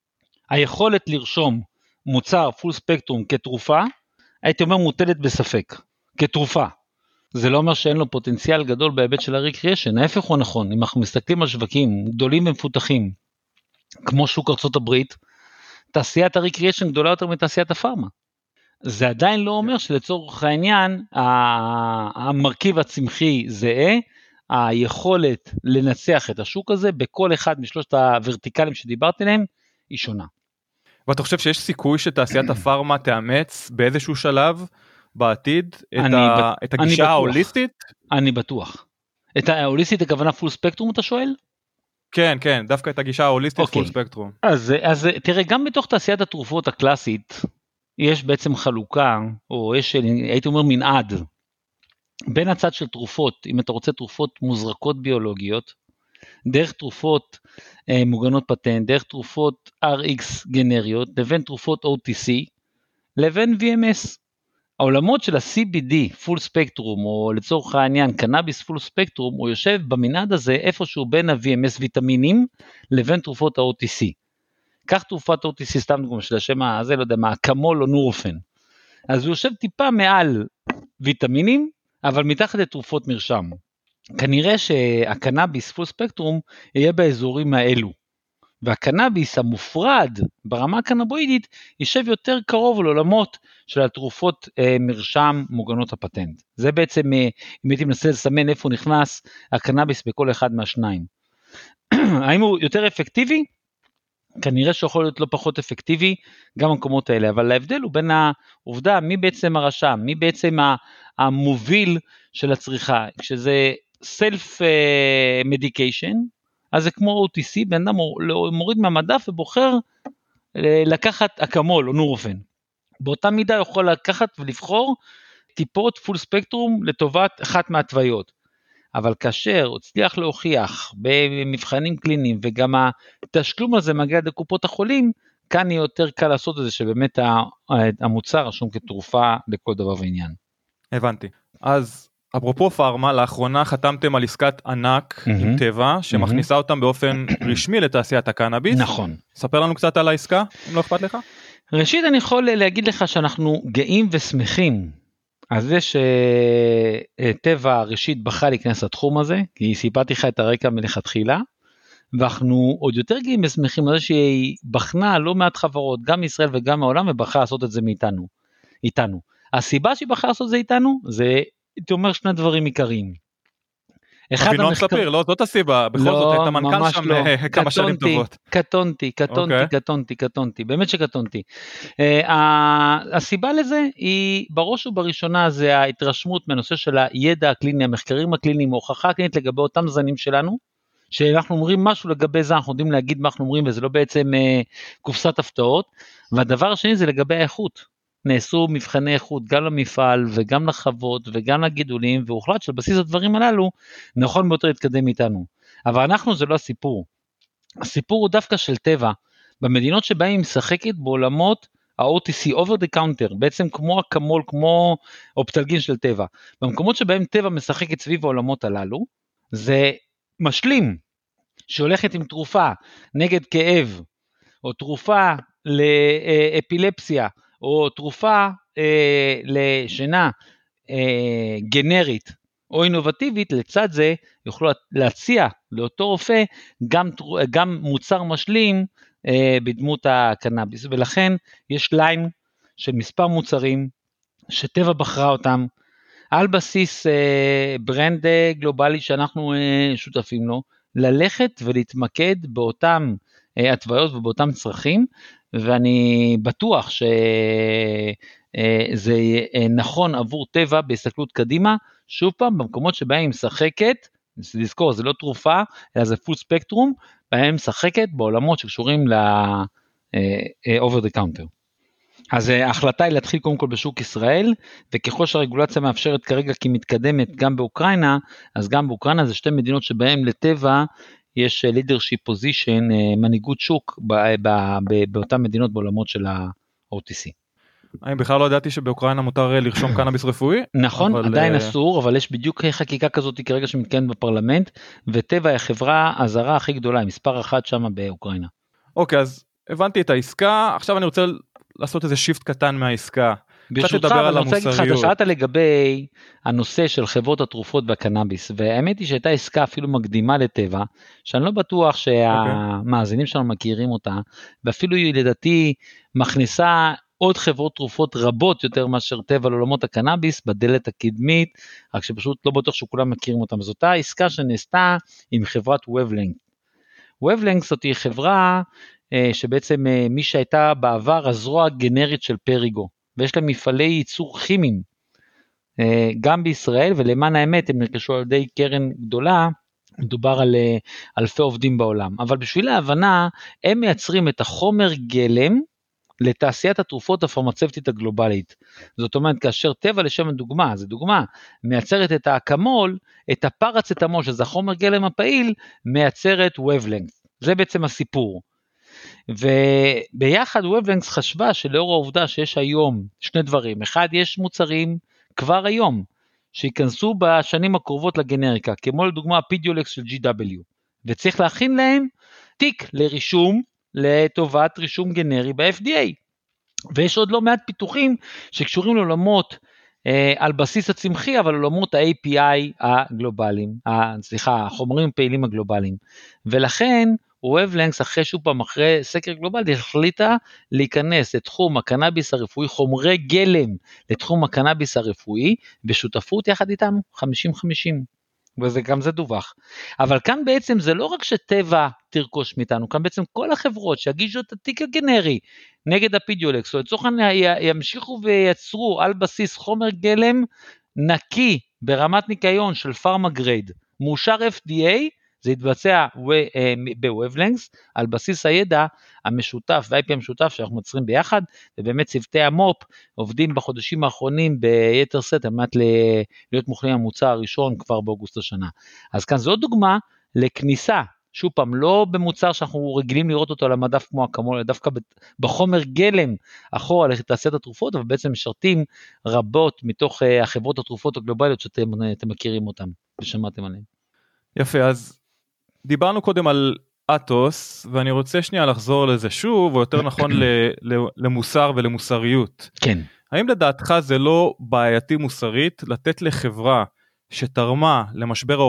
היכולת לרשום מוצר פול ספקטרום כתרופה, הייתי אומר מוטלת בספק, כתרופה. זה לא אומר שאין לו פוטנציאל גדול בהיבט של הריקריאשן, ההפך הוא נכון, אם אנחנו מסתכלים על שווקים גדולים ומפותחים, כמו שוק ארצות הברית, תעשיית הריקריאשן גדולה יותר מתעשיית הפארמה. זה עדיין לא אומר שלצורך העניין, המרכיב הצמחי זהה, היכולת לנצח את השוק הזה, בכל אחד משלושת הוורטיקלים שדיברתי עליהם, היא שונה. ואתה חושב שיש סיכוי שתעשיית הפארמה תאמץ באיזשהו שלב בעתיד את הגישה ההוליסטית? אני בטוח. את ההוליסטית הכוונה פול ספקטרום אתה שואל? כן, כן, דווקא את הגישה ההוליסטית פול ספקטרום. אז תראה, גם בתוך תעשיית התרופות הקלאסית, יש בעצם חלוקה, או יש, הייתי אומר מנעד, בין הצד של תרופות, אם אתה רוצה תרופות מוזרקות ביולוגיות, דרך תרופות מוגנות פטנט, דרך תרופות RX גנריות, לבין תרופות OTC, לבין VMS. העולמות של ה-CBD, פול ספקטרום, או לצורך העניין, קנאביס פול ספקטרום, הוא יושב במנעד הזה איפשהו בין ה-VMS ויטמינים, לבין תרופות ה-OTC. כך תרופת OTC, סתם דוגמה של השם הזה, לא יודע מה, אקמול או נורופן. אז הוא יושב טיפה מעל ויטמינים, אבל מתחת לתרופות מרשם. כנראה שהקנאביס פול ספקטרום יהיה באזורים האלו. והקנאביס המופרד ברמה הקנבואידית יישב יותר קרוב לעולמות של התרופות מרשם מוגנות הפטנט. זה בעצם, אם הייתי מנסה לסמן איפה נכנס הקנאביס בכל אחד מהשניים. האם הוא יותר אפקטיבי? כנראה שיכול להיות לא פחות אפקטיבי גם במקומות האלה, אבל ההבדל הוא בין העובדה מי בעצם הרשם, מי בעצם המוביל של הצריכה, כשזה self medication, אז זה כמו OTC, בן אדם מוריד מהמדף ובוחר לקחת אקמול או נורופן. באותה מידה יכול לקחת ולבחור טיפות פול ספקטרום לטובת אחת מהתוויות. אבל כאשר הוא הצליח להוכיח במבחנים קליניים, וגם התשלום הזה מגיע לקופות החולים, כאן יהיה יותר קל לעשות את זה, שבאמת המוצר רשום כתרופה לכל דבר ועניין. הבנתי. אז אפרופו פארמה, לאחרונה חתמתם על עסקת ענק עם טבע, שמכניסה אותם באופן רשמי לתעשיית הקנאביס. נכון. ספר לנו קצת על העסקה, אם לא אכפת לך. ראשית, אני יכול להגיד לך שאנחנו גאים ושמחים על זה שטבע ראשית בחרה להיכנס לתחום הזה, כי סיפרתי לך את הרקע מלכתחילה, ואנחנו עוד יותר גאים ושמחים על זה שהיא בחנה לא מעט חברות, גם מישראל וגם מהעולם, ובחרה לעשות את זה איתנו. הסיבה שהיא בחרה לעשות את זה איתנו, זה, הייתי אומר, 2 דברים עיקריים. אבינועם ספיר, לא, זאת הסיבה, בכל זאת היית מנכ"ל שם כמה שנים טובות. קטונתי, באמת שקטונתי. הסיבה לזה היא בראש ובראשונה זה ההתרשמות מהנושא של הידע הקליני, המחקרים הקליניים, ההוכחה הקלינית לגבי אותם זנים שלנו, שאנחנו אומרים משהו לגבי זה, אנחנו יודעים להגיד מה אנחנו אומרים, וזה לא בעצם קופסת הפתעות, והדבר השני זה לגבי האיכות. נעשו מבחני איכות גם למפעל וגם לחוות וגם לגידולים, והוחלט שעל בסיס הדברים הללו נכון ביותר להתקדם איתנו. אבל אנחנו זה לא הסיפור. הסיפור הוא דווקא של טבע, במדינות שבהן היא משחקת בעולמות ה-OTC, over the counter, בעצם כמו אקמול, כמו אופטלגין של טבע. במקומות שבהם טבע משחקת סביב העולמות הללו, זה משלים שהולכת עם תרופה נגד כאב, או תרופה לאפילפסיה, או תרופה לשינה גנרית או אינובטיבית, לצד זה יוכלו להציע לאותו רופא גם מוצר משלים בדמות הקנאביס, ולכן יש ליין של מספר מוצרים שטבע בחרה אותם, על בסיס ברנד גלובלי שאנחנו שותפים לו, ללכת ולהתמקד באותם התוויות ובאותם צרכים, ואני בטוח שזה נכון עבור טבע בהסתכלות קדימה, שוב פעם במקומות שבהם היא משחקת, לזכור זה לא תרופה, אלא זה פול ספקטרום, בהם משחקת בעולמות שקשורים ל-over the counter. אז ההחלטה היא להתחיל קודם כל בשוק ישראל, וככל שהרגולציה מאפשרת כרגע כי מתקדמת גם באוקראינה, אז גם באוקראינה זה שתי מדינות שבהם לטבע יש leadership position, מנהיגות שוק באותן מדינות בעולמות של ה-OTC. אני בכלל לא ידעתי שבאוקראינה מותר לרשום קנאביס רפואי. נכון, עדיין אסור, אבל יש בדיוק חקיקה כזאת כרגע שמתקיימת בפרלמנט, וטבע היא החברה הזרה הכי גדולה, מספר אחת שם באוקראינה. אוקיי, אז הבנתי את העסקה, עכשיו אני רוצה לעשות איזה שיפט קטן מהעסקה. ברשותך, אני רוצה להגיד לך, אתה שאלת לגבי הנושא של חברות התרופות והקנאביס, והאמת היא שהייתה עסקה אפילו מקדימה לטבע, שאני לא בטוח שהמאזינים שלנו מכירים אותה, ואפילו היא לדעתי מכניסה עוד חברות תרופות רבות יותר מאשר טבע לעולמות הקנאביס, בדלת הקדמית, רק שפשוט לא בטוח שכולם מכירים אותם. זאת אותה עסקה שנעשתה עם חברת Wavelength. Wavelength זאת היא חברה שבעצם מי שהייתה בעבר הזרוע הגנרית של פריגו, ויש להם מפעלי ייצור כימיים, גם בישראל, ולמען האמת הם נרכשו על ידי קרן גדולה, מדובר על אלפי עובדים בעולם, אבל בשביל ההבנה, הם מייצרים את החומר גלם, לתעשיית התרופות הפרמצבטית הגלובלית. זאת אומרת, כאשר טבע לשם הדוגמה, זו דוגמה, מייצרת את האקמול, את הפרצטמול, שזה החומר גלם הפעיל, מייצרת Wavelength. זה בעצם הסיפור. וביחד Wavelength חשבה שלאור העובדה שיש היום שני דברים, אחד, יש מוצרים כבר היום, שיכנסו בשנים הקרובות לגנריקה, כמו לדוגמה הפידיולקס של GW, וצריך להכין להם תיק לרישום, לטובת רישום גנרי ב-FDA, ויש עוד לא מעט פיתוחים שקשורים לעולמות על בסיס הצמחי, אבל עולמות ה-API הגלובליים, החומרים הפעילים הגלובליים, ולכן Wavelength אחרי שוב פעם אחרי סקר גלובלי החליטה להיכנס לתחום הקנאביס הרפואי, חומרי גלם לתחום הקנאביס הרפואי, בשותפות יחד איתנו 50-50. וגם זה דווח. אבל כאן בעצם זה לא רק שטבע תרכוש מאיתנו, כאן בעצם כל החברות שיגישו את התיק הגנרי נגד הפידיולקס, או לצורך ימשיכו וייצרו על בסיס חומר גלם נקי ברמת ניקיון של פארמה גרייד, מאושר FDA, זה יתבצע ב-Wavelength, על בסיס הידע המשותף וה-IP המשותף שאנחנו מצרים ביחד, ובאמת צוותי המופ עובדים בחודשים האחרונים ביתר סט, על מנת להיות מוכנים המוצר הראשון כבר באוגוסט השנה. אז כאן זו דוגמה לכניסה, שוב פעם, לא במוצר שאנחנו רגילים לראות אותו על המדף כמו אקמול, אלא דווקא בחומר גלם אחורה לתעשיית התרופות, אבל בעצם משרתים רבות מתוך החברות התרופות הגלובליות שאתם מכירים אותם ושמעתם עליהם. יפה, אז דיברנו קודם על אתוס, ואני רוצה שנייה לחזור לזה שוב, או יותר נכון למוסר ולמוסריות. כן. האם לדעתך זה לא בעייתי מוסרית לתת לחברה שתרמה למשבר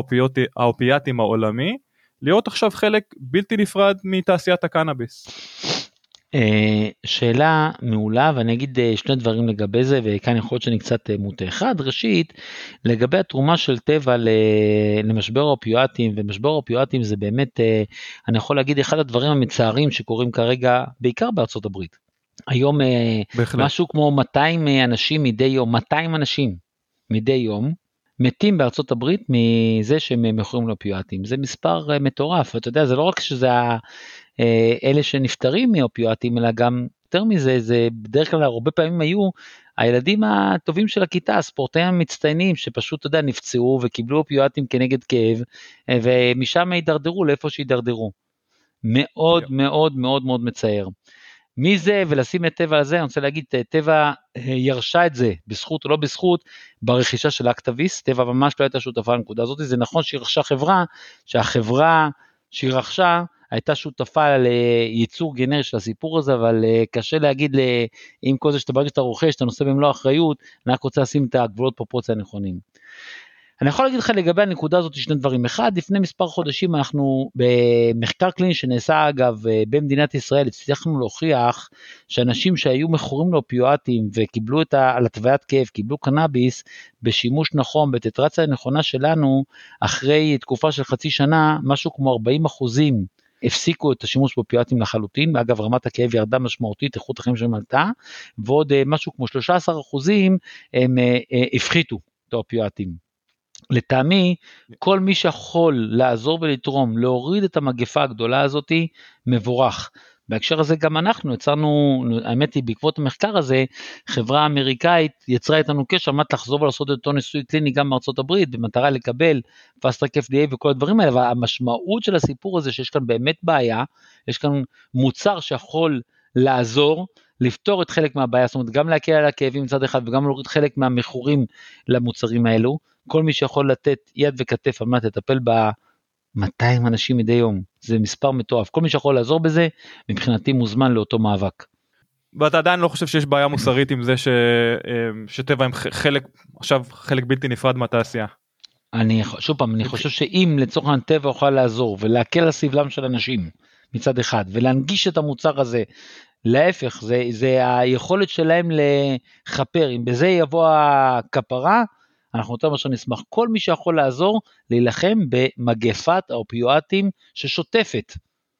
האופיאטים העולמי, להיות עכשיו חלק בלתי נפרד מתעשיית הקנאביס? שאלה מעולה, ואני אגיד שני דברים לגבי זה, וכאן יכול להיות שאני קצת מוטה. אחד, ראשית, לגבי התרומה של טבע למשבר האופיואטים, ומשבר האופיואטים זה באמת, אני יכול להגיד, אחד הדברים המצערים שקורים כרגע, בעיקר בארצות הברית. היום בהחלט. משהו כמו 200 אנשים מדי יום, 200 אנשים מדי יום, מתים בארצות הברית מזה שהם מכורים לאופיואטים. זה מספר מטורף, ואתה יודע, זה לא רק שזה אלה שנפטרים מאופיואטים, אלא גם יותר מזה, זה בדרך כלל הרבה פעמים היו הילדים הטובים של הכיתה, הספורטאים המצטיינים, שפשוט, אתה יודע, נפצעו וקיבלו אופיואטים כנגד כאב, ומשם הידרדרו לאיפה שהידרדרו. מאוד מאוד מאוד מאוד מצער. מי זה, ולשים את טבע על זה, אני רוצה להגיד, טבע ירשה את זה, בזכות או לא בזכות, ברכישה של אקטביסט, טבע ממש לא הייתה שותפה לנקודה הזאת, זה נכון שהיא רכשה חברה, שהחברה שהיא רכשה, הייתה שותפה לייצור גנרי של הסיפור הזה, אבל קשה להגיד, עם כל זה שאתה ברגע שאתה רוכש, אתה נושא במלוא האחריות, אני רק רוצה לשים את הגבולות פרופורציה הנכונים. אני יכול להגיד לך לגבי הנקודה הזאת שני דברים. אחד, לפני מספר חודשים אנחנו במחקר קליני שנעשה אגב במדינת ישראל, הצלחנו להוכיח שאנשים שהיו מכורים לאופיואטים וקיבלו על התוויית כאב, קיבלו קנאביס בשימוש נכון, בטטרציה הנכונה שלנו, אחרי תקופה של חצי שנה, משהו כמו 40% הפסיקו את השימוש באופיואטים לחלוטין, אגב רמת הכאב ירדה משמעותית, איכות החיים שלהם עלתה, ועוד משהו כמו 13% הם הפחיתו את האופיואטים. לטעמי, כל מי שיכול לעזור ולתרום, להוריד את המגפה הגדולה הזאת, מבורך. בהקשר הזה גם אנחנו יצרנו, האמת היא בעקבות המחקר הזה, חברה אמריקאית יצרה איתנו קשר, עמד לחזור ולעשות את אותו ניסוי קליני גם מארצות הברית, במטרה לקבל פאסט טרק FDA וכל הדברים האלה, והמשמעות של הסיפור הזה שיש כאן באמת בעיה, יש כאן מוצר שיכול לעזור, לפתור את חלק מהבעיה, זאת אומרת גם להקל על הכאבים מצד אחד, וגם להוריד חלק מהמכורים למוצרים האלו, כל מי שיכול לתת יד וכתף על מנת לטפל ב-200 אנשים מדי יום, זה מספר מטורף, כל מי שיכול לעזור בזה, מבחינתי מוזמן לאותו מאבק. ואתה עדיין לא חושב שיש בעיה מוסרית עם זה שטבע הם חלק בלתי נפרד מהתעשייה? שוב פעם, אני חושב שאם לצורך הטבע יוכל לעזור, ולהקל על סבלם של אנשים מצד אחד, ולהנגיש את המוצר הזה, להפך, זה היכולת שלהם לחפר, אם בזה יבוא הכפרה, אנחנו יותר משהו נשמח, כל מי שיכול לעזור, להילחם במגפת האופיואטים ששוטפת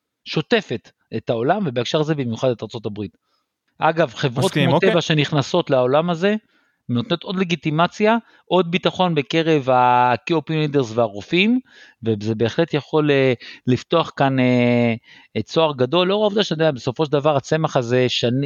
את העולם, ובהקשר הזה במיוחד את ארצות הברית. אגב, חברות כמו טבע שנכנסות לעולם הזה, נותנות עוד לגיטימציה, עוד ביטחון בקרב ה-key opinion leaders והרופאים, וזה בהחלט יכול לפתוח כאן צוהר גדול, לא העובדה שאתה יודע, בסופו של דבר הצמח הזה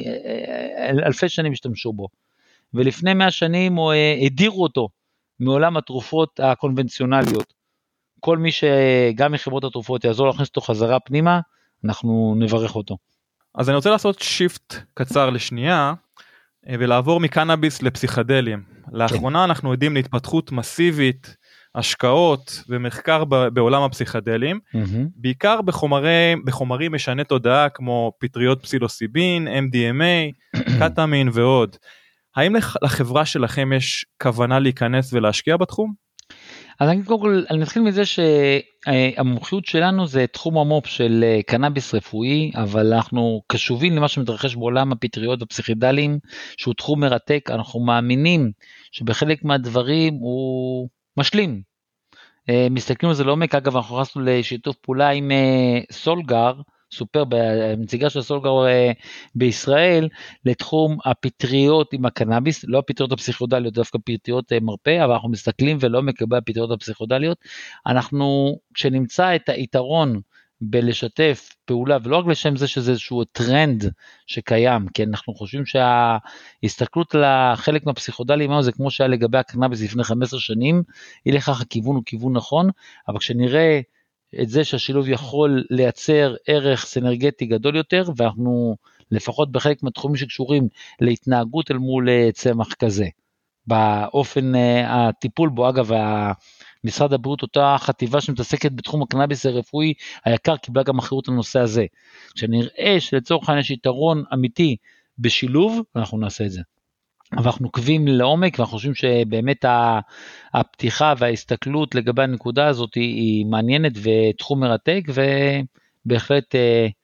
אלפי שנים השתמשו בו, ולפני 100 שנים הדירו אותו מעולם התרופות הקונבנציונליות. כל מי שגם מחברות התרופות יעזור להכניס אותו חזרה פנימה, אנחנו נברך אותו. אז אני רוצה לעשות שיפט קצר לשנייה, ולעבור מקנאביס לפסיכדלים. לאחרונה אנחנו עדים להתפתחות מסיבית, השקעות ומחקר בעולם הפסיכדלים, בעיקר בחומרים משני תודעה כמו פטריות פסילוסיבין, MDMA, קטמין ועוד. האם לחברה שלכם יש כוונה להיכנס ולהשקיע בתחום? אז אני נתחיל מזה שהמומחיות שלנו זה תחום המופ של קנאביס רפואי, אבל אנחנו קשובים למה שמתרחש בעולם הפטריות והפסיכדלים, שהוא תחום מרתק, אנחנו מאמינים שבחלק מהדברים הוא משלים. מסתכלים על זה לעומק, אגב אנחנו נכנסנו לשיתוף פעולה עם סולגר, סופר בנציגה של סולגר בישראל, לתחום הפטריות עם הקנאביס, לא הפטריות הפסיכודליות, דווקא פטריות מרפא, אבל אנחנו מסתכלים ולא מקבל הפטריות הפסיכודליות, אנחנו כשנמצא את היתרון בלשתף פעולה, ולא רק לשם זה שזה איזשהו טרנד שקיים, כי אנחנו חושבים שההסתכלות לחלק מהפסיכודליים, זה כמו שהיה לגבי הקנאביס לפני 15 שנים, אי לכך הכיוון הוא כיוון נכון, אבל כשנראה את זה שהשילוב יכול לייצר ערך סינרגטי גדול יותר, ואנחנו לפחות בחלק מהתחומים שקשורים להתנהגות אל מול צמח כזה. באופן הטיפול בו, אגב, משרד הבריאות, אותה חטיבה שמתעסקת בתחום הקנאביס הרפואי, היקר קיבלה גם אחריות לנושא הזה. כשנראה שלצורך העניין יש יתרון אמיתי בשילוב, אנחנו נעשה את זה. אבל אנחנו קווים לעומק, ואנחנו חושבים שבאמת הפתיחה וההסתכלות לגבי הנקודה הזאת היא מעניינת ותחום מרתק, ובהחלט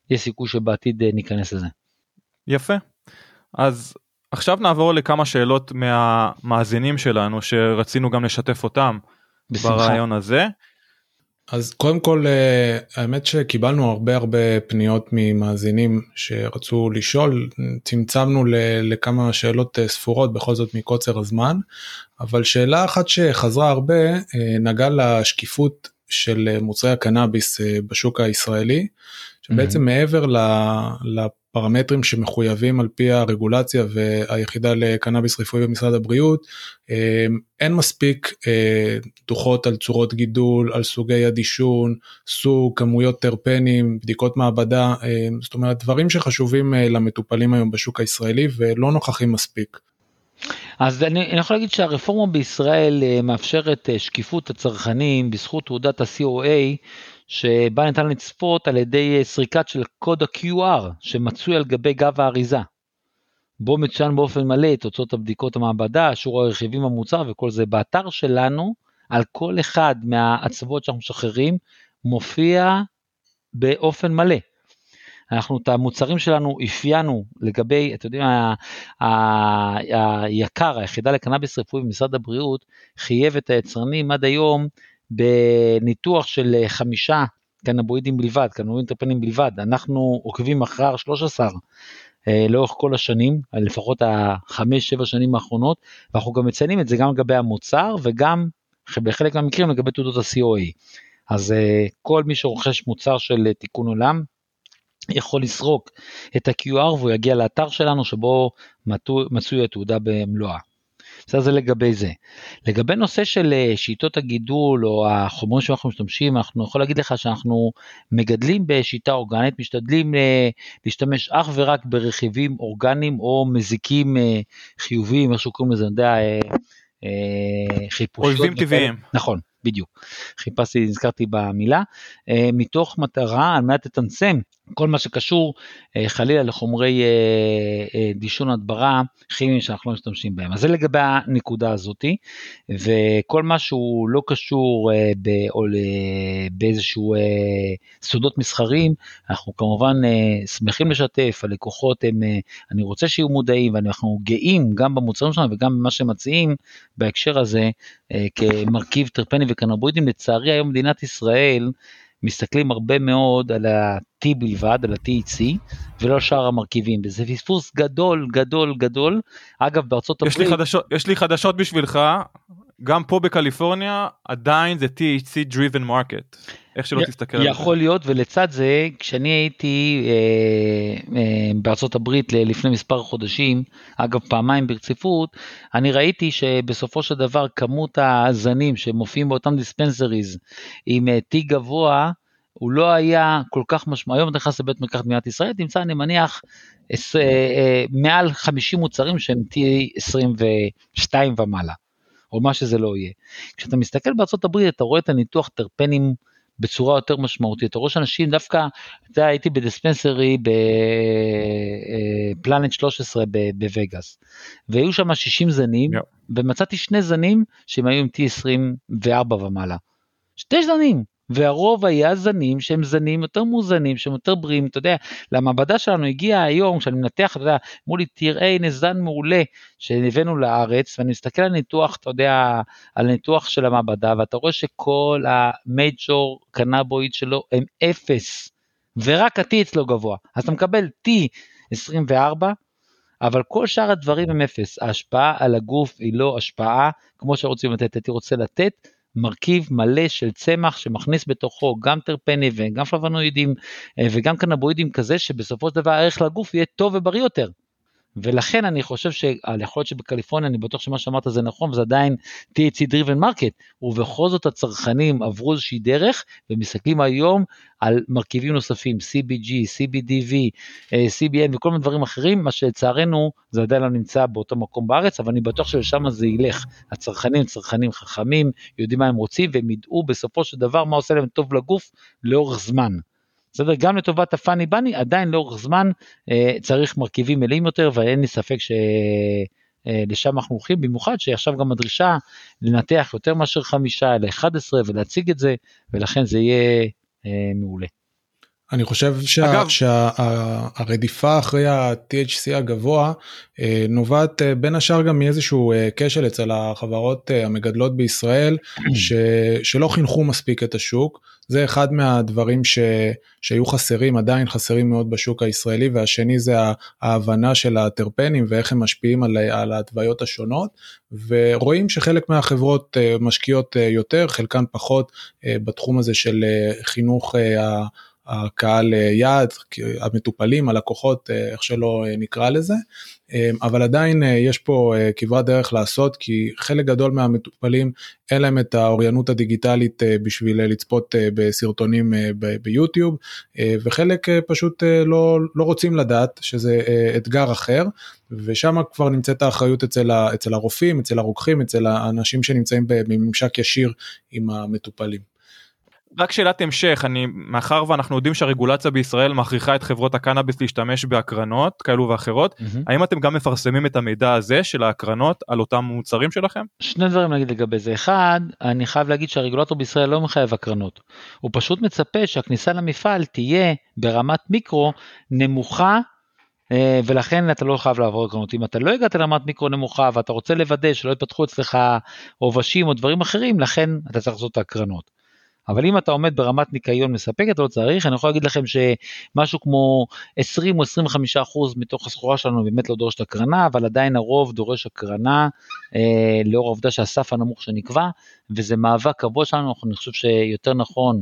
יש סיכוי שבעתיד ניכנס לזה. יפה. אז עכשיו נעבור לכמה שאלות מהמאזינים שלנו, שרצינו גם לשתף אותם ברעיון הזה. אז קודם כל, האמת שקיבלנו הרבה פניות ממאזינים שרצו לשאול, צמצמנו לכמה שאלות ספורות בכל זאת מקוצר הזמן, אבל שאלה אחת שחזרה הרבה נגעה לשקיפות של מוצרי הקנאביס בשוק הישראלי, שבעצם מעבר לפרמטרים שמחויבים על פי הרגולציה והיחידה לקנאביס רפואי במשרד הבריאות, אין מספיק דוחות על צורות גידול, על סוגי יד עישון, סוג, כמויות טרפנים, בדיקות מעבדה, זאת אומרת דברים שחשובים למטופלים היום בשוק הישראלי ולא נוכחים מספיק. אז אני יכול להגיד שהרפורמה בישראל מאפשרת שקיפות הצרכנים בזכות תעודת ה-COA, שבה ניתן לצפות על ידי סריקת של קוד ה-QR שמצוי על גבי גב האריזה. בו מצוין באופן מלא תוצאות הבדיקות המעבדה, שיעור הרכיבים המוצר וכל זה. באתר שלנו, על כל אחד מהעצבות שאנחנו משחררים, מופיע באופן מלא. אנחנו את המוצרים שלנו אפיינו לגבי, אתם יודעים, היקר, היחידה לקנאביס רפואי במשרד הבריאות, חייב את היצרנים עד היום בניתוח של 5 קנבואידים בלבד, קנבואידים טרפנים בלבד. אנחנו עוקבים אחר 13 לאורך כל השנים, לפחות 5-7 שנים האחרונות, ואנחנו גם מציינים את זה גם לגבי המוצר, וגם בחלק מהמקרים לגבי תעודות ה-COA. אז כל מי שרוכש מוצר של תיקון עולם, יכול לסרוק את ה-QR והוא יגיע לאתר שלנו שבו מצוי התעודה במלואה. זה לגבי זה. לגבי נושא של שיטות הגידול או החומרים שאנחנו משתמשים, אנחנו יכול להגיד לך שאנחנו מגדלים בשיטה אורגנית, משתדלים להשתמש אך ורק ברכיבים אורגניים או מזיקים חיוביים, איך שקוראים לזה, אני יודע, חיפושיות. אויבים טבעיים. נכון. בדיוק, נזכרתי במילה, מתוך מטרה על מנת לצמצם כל מה שקשור חלילה לחומרי דישון הדברה כימיים שאנחנו לא משתמשים בהם. אז זה לגבי הנקודה הזאת, וכל מה שהוא לא קשור באיזשהו סודות מסחריים, אנחנו כמובן שמחים לשתף. הלקוחות אני רוצה שיהיו מודעים, ואנחנו גאים גם במוצרים שלנו וגם במה שמציעים בהקשר הזה כמרכיב טרפני וקנבואידים. לצערי היום מדינת ישראל מסתכלים הרבה מאוד על ה-T בלבד, על ה-THC, ולא שאר המרכיבים, וזה פספוס גדול, גדול, גדול. אגב, בארצות הברית... יש לי חדשות בשבילך, גם פה בקליפורניה, עדיין זה THC driven market. איך שלא תסתכל על זה. יכול להיות, ולצד זה, כשאני הייתי בארצות הברית לפני מספר חודשים, אגב פעמיים ברציפות, אני ראיתי שבסופו של דבר כמות הזנים שמופיעים באותם דיספנסריז עם T גבוה, הוא לא היה כל כך משמעותי. היום אתה נכנס לבית מרקחת במדינת ישראל, תמצא אני מניח מעל 50 מוצרים שהם T22 ומעלה, או מה שזה לא יהיה. כשאתה מסתכל בארצות הברית, אתה רואה את הניתוח טרפנים בצורה יותר משמעותית. אתה רואה שאנשים דווקא, הייתי בדיספנסרי בפלנט 13 בווגאס, והיו שם 60 זנים, ומצאתי 2 זנים שהם היו עם T24 ומעלה. 2 זנים. והרוב היה זנים שהם זנים יותר מוזנים, שהם יותר בריאים. אתה יודע, למעבדה שלנו הגיע היום, כשאני מנתח, אתה יודע, אמרו לי, תראה, הנה זן מעולה שהבאנו לארץ, ואני מסתכל על ניתוח, אתה יודע, על ניתוח של המעבדה, ואתה רואה שכל המייג'ור קנאבואיד שלו הם 0, ורק ה-T אצלו גבוה. אז אתה מקבל T24, אבל כל שאר הדברים הם 0. ההשפעה על הגוף היא לא השפעה, כמו שרוצים לתת. הייתי רוצה לתת מרכיב מלא של צמח שמכניס בתוכו גם טרפני וגם פלבונוידים וגם קנבואידים כזה, שבסופו של דבר הערך לגוף יהיה טוב ובריא יותר. ולכן אני חושב שיכול להיות שבקליפורניה, אני בטוח שמה שאמרת זה נכון, וזה עדיין THC driven market, ובכל זאת הצרכנים עברו איזושהי דרך, ומסתכלים היום על מרכיבים נוספים, CBG, CBDV, CBN וכל מיני דברים אחרים, מה שלצערנו זה עדיין לא נמצא באותו מקום בארץ, אבל אני בטוח שלשם זה ילך. הצרכנים, צרכנים חכמים, יודעים מה הם רוצים, והם ידעו בסופו של דבר מה עושה להם טוב לגוף לאורך זמן. בסדר, גם לטובת הפאני בני, עדיין לאורך זמן צריך מרכיבים מלאים יותר, ואין לי ספק שלשם אנחנו הולכים, במיוחד שעכשיו גם הדרישה לנתח יותר מאשר 5 אלא 11 ולהציג את זה, ולכן זה יהיה מעולה. אני חושב שהרדיפה אחרי ה-THC הגבוה נובעת בין השאר גם מאיזשהו כשל אצל החברות המגדלות בישראל שלא חינכו מספיק את השוק. זה אחד מהדברים שהיו חסרים, עדיין חסרים מאוד בשוק הישראלי, והשני זה ההבנה של הטרפנים ואיך הם משפיעים על ההתוויות השונות, ורואים שחלק מהחברות משקיעות יותר, חלקן פחות בתחום הזה של חינוך הקהל יעד, המטופלים, הלקוחות, איך שלא נקרא לזה, אבל עדיין יש פה כברת דרך לעשות, כי חלק גדול מהמטופלים אין להם את האוריינות הדיגיטלית בשביל לצפות בסרטונים ביוטיוב, וחלק פשוט לא רוצים לדעת, שזה אתגר אחר, ושם כבר נמצאת האחריות אצל הרופאים, אצל הרוקחים, אצל האנשים שנמצאים בממשק ישיר עם המטופלים. רק שאלת המשך, מאחר ואנחנו יודעים שהרגולציה בישראל מכריחה את חברות הקנאביס להשתמש בהקרנות כאלו ואחרות, האם אתם גם מפרסמים את המידע הזה של ההקרנות על אותם מוצרים שלכם? שני דברים להגיד לגבי זה. אחד, אני חייב להגיד שהרגולטור בישראל לא מחייב הקרנות. הוא פשוט מצפה שהכניסה למפעל תהיה ברמת מיקרו נמוכה, ולכן אתה לא חייב לעבור הקרנות. אם אתה לא הגעת לרמת מיקרו נמוכה ואתה רוצה לוודא שלא יפתחו אצלך עובשים או דברים אחרים, לכן אתה צריך לעשות את הקרנות. אבל אם אתה עומד ברמת ניקיון מספקת, אתה לא צריך. אני יכול להגיד לכם שמשהו כמו 20 או 25% מתוך הסחורה שלנו באמת לא דורשת הקרנה, אבל עדיין הרוב דורש הקרנה, לאור העובדה שהסף הנמוך שנקבע, וזה מאבק קבוע שלנו. אני חושב שיותר נכון,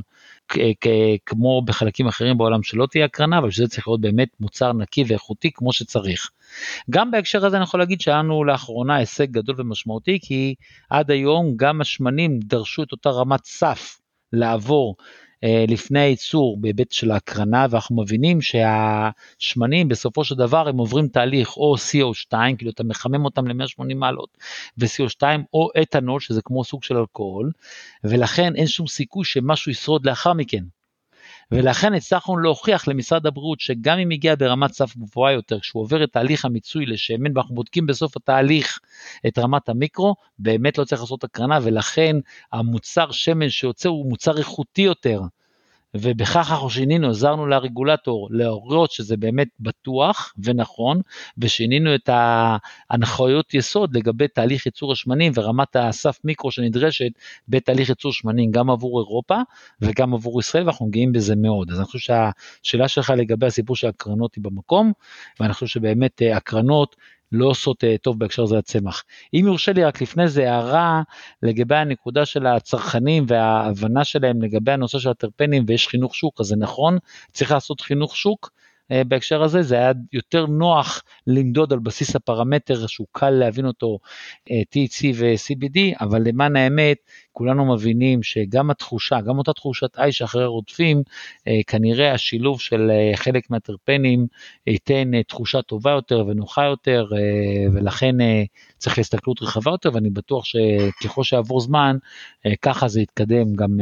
כמו בחלקים אחרים בעולם שלא תהיה הקרנה, אבל שזה צריך להיות באמת מוצר נקי ואיכותי כמו שצריך. גם בהקשר הזה אני יכול להגיד שלנו לאחרונה הישג גדול ומשמעותי, כי עד היום גם השמנים דרשו את אותה רמת סף, לעבור לפני הייצור בהיבט של ההקרנה, ואנחנו מבינים שהשמנים בסופו של דבר הם עוברים תהליך או CO2, כאילו אתה מחמם אותם ל-180 מעלות, ו-CO2 או אתנול, שזה כמו סוג של אלכוהול, ולכן אין שום סיכוי שמשהו ישרוד לאחר מכן. ולכן הצלחנו להוכיח למשרד הבריאות שגם אם הגיע ברמת סף גבוהה יותר, כשהוא עובר את תהליך המיצוי לשמן, ואנחנו בודקים בסוף התהליך את רמת המיקרו, באמת לא צריך לעשות הקרנה, ולכן המוצר שמן שיוצא הוא מוצר איכותי יותר, ובכך אנחנו שינינו, עזרנו לרגולטור להורות שזה באמת בטוח ונכון, ושינינו את ההנחיות יסוד לגבי תהליך ייצור השמנים ורמת הסף מיקרו שנדרשת בתהליך ייצור שמנים, גם עבור אירופה וגם עבור ישראל, ואנחנו גאים בזה מאוד. אז אני חושב שהשאלה שלך לגבי הסיפור של הקרנות היא במקום, ואני חושב שבאמת הקרנות לא עושות טוב בהקשר הזה לצמח. אם יורשה לי רק לפני זה הערה לגבי הנקודה של הצרכנים וההבנה שלהם לגבי הנושא של הטרפנים, ויש חינוך שוק, אז זה נכון, צריך לעשות חינוך שוק בהקשר הזה, זה היה יותר נוח למדוד על בסיס הפרמטר שהוא קל להבין אותו, THC ו-CBD, אבל למען האמת, כולנו מבינים שגם התחושה, גם אותה תחושת אי שאחרי רודפים, כנראה השילוב של חלק מהטרפנים ייתן תחושה טובה יותר ונוחה יותר, ולכן צריך להסתכלות רחבה יותר, ואני בטוח שככל שעבור זמן, ככה זה יתקדם גם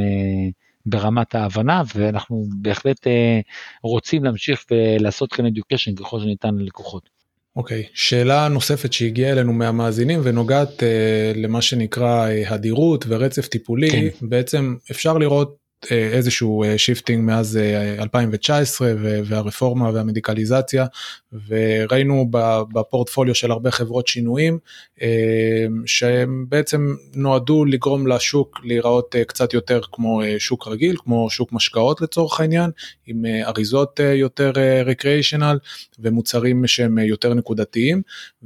ברמת ההבנה, ואנחנו בהחלט רוצים להמשיך ולעשות כאן education ככל שניתן ללקוחות. אוקיי, שאלה נוספת שהגיעה אלינו מהמאזינים ונוגעת למה שנקרא הדירות ורצף טיפולי, כן. בעצם אפשר לראות איזשהו שיפטינג מאז 2019 והרפורמה והמדיקליזציה, וראינו בפורטפוליו של הרבה חברות שינויים שהם בעצם נועדו לגרום לשוק להיראות קצת יותר כמו שוק רגיל, כמו שוק משקאות לצורך העניין, עם אריזות יותר ריקריאיישנל ומוצרים שהם יותר נקודתיים,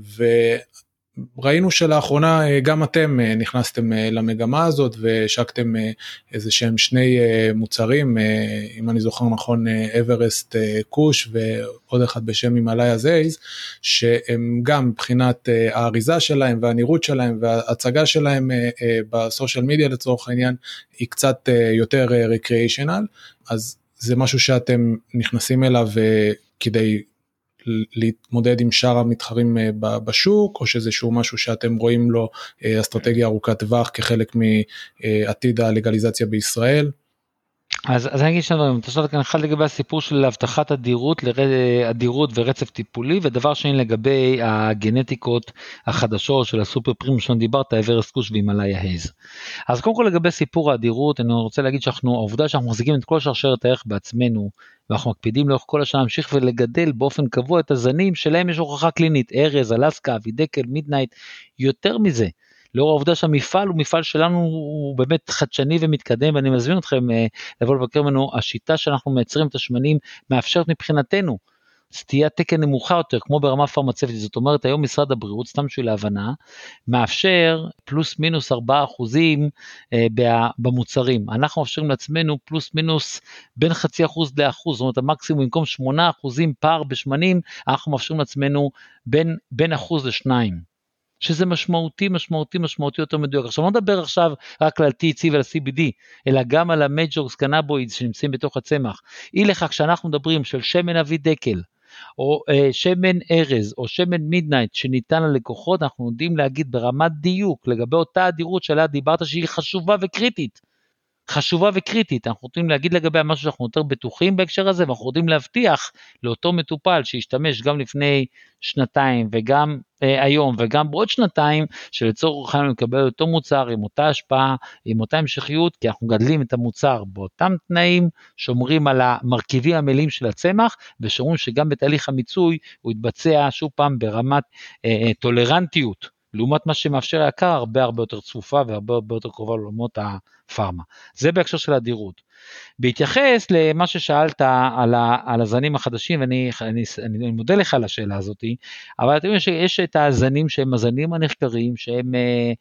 ראינו שלאחרונה גם אתם נכנסתם למגמה הזאת והשקתם איזה שהם שני מוצרים, אם אני זוכר נכון, אברסט קוש ועוד אחד בשם הימאליה זייז, שהם גם מבחינת האריזה שלהם והנראות שלהם וההצגה שלהם בסושיאל מדיה לצורך העניין, היא קצת יותר ריקריאיישנל, אז זה משהו שאתם נכנסים אליו כדי להתמודד עם שאר המתחרים בשוק, או שזה שהוא משהו שאתם רואים לו אסטרטגיה ארוכת טווח כחלק מעתיד הלגליזציה בישראל? אז אני אגיד שלנו, אתה שואל כאן אחד לגבי הסיפור של הבטחת אדירות ורצף טיפולי, ודבר שני לגבי הגנטיקות החדשות של הסופר פרימיום שלנו דיברת, אברסט קוש והימאליה הייז. אז קודם כל לגבי סיפור האדירות, אני רוצה להגיד העובדה שאנחנו מחזיקים את כל שרשרת הערך בעצמנו, ואנחנו מקפידים לאורך כל השנה להמשיך ולגדל באופן קבוע את הזנים שלהם יש הוכחה קלינית, ארז, אלסקה, אבידקל, מידנייט, יותר מזה. לאור העובדה שהמפעל הוא מפעל שלנו הוא באמת חדשני ומתקדם, ואני מזמין אתכם לבוא לבקר ממנו, השיטה שאנחנו מייצרים את השמנים מאפשרת מבחינתנו, סטיית תקן נמוכה יותר, כמו ברמה פרמצבטית, זאת אומרת היום משרד הבריאות, סתם בשביל להבנה, מאפשר פלוס מינוס 4% במוצרים, אנחנו מאפשרים לעצמנו פלוס מינוס בין 0.5% ל1%, זאת אומרת המקסימום במקום 8% פער בשמנים, אנחנו מאפשרים לעצמנו בין 1% ל2%. שזה משמעותי יותר מדויק. עכשיו לא נדבר עכשיו רק על THC ועל CBD, אלא גם על המייג'ורס קנאבוידס שנמצאים בתוך הצמח. אי לכך שאנחנו מדברים של שמן אבידקל, או שמן ארז, או שמן מידנייט שניתן ללקוחות, אנחנו יודעים להגיד ברמת דיוק, לגבי אותה אדירות שעליה דיברת שהיא חשובה וקריטית, אנחנו רוצים להגיד לגבי משהו שאנחנו יותר בטוחים בהקשר הזה, ואנחנו רוצים להבטיח לאותו מטופל שישתמש גם לפני שנתיים וגם היום וגם בעוד שנתיים, שלצורך העניין לקבל אותו מוצר עם אותה השפעה, עם אותה המשכיות, כי אנחנו גדלים את המוצר באותם תנאים, שומרים על המרכיבים המלאים של הצמח, ושומרים שגם בתהליך המיצוי הוא יתבצע שוב פעם ברמת טולרנטיות, לעומת מה שמאפשר היקר הרבה יותר צפופה והרבה יותר קרובה לעולמות הפארמה. זה בהקשר של האדירות. בהתייחס למה ששאלת על הזנים החדשים, ואני מודה לך על השאלה הזאת, אבל אתם יודעים שיש את הזנים שהם הזנים הנחקרים, שהם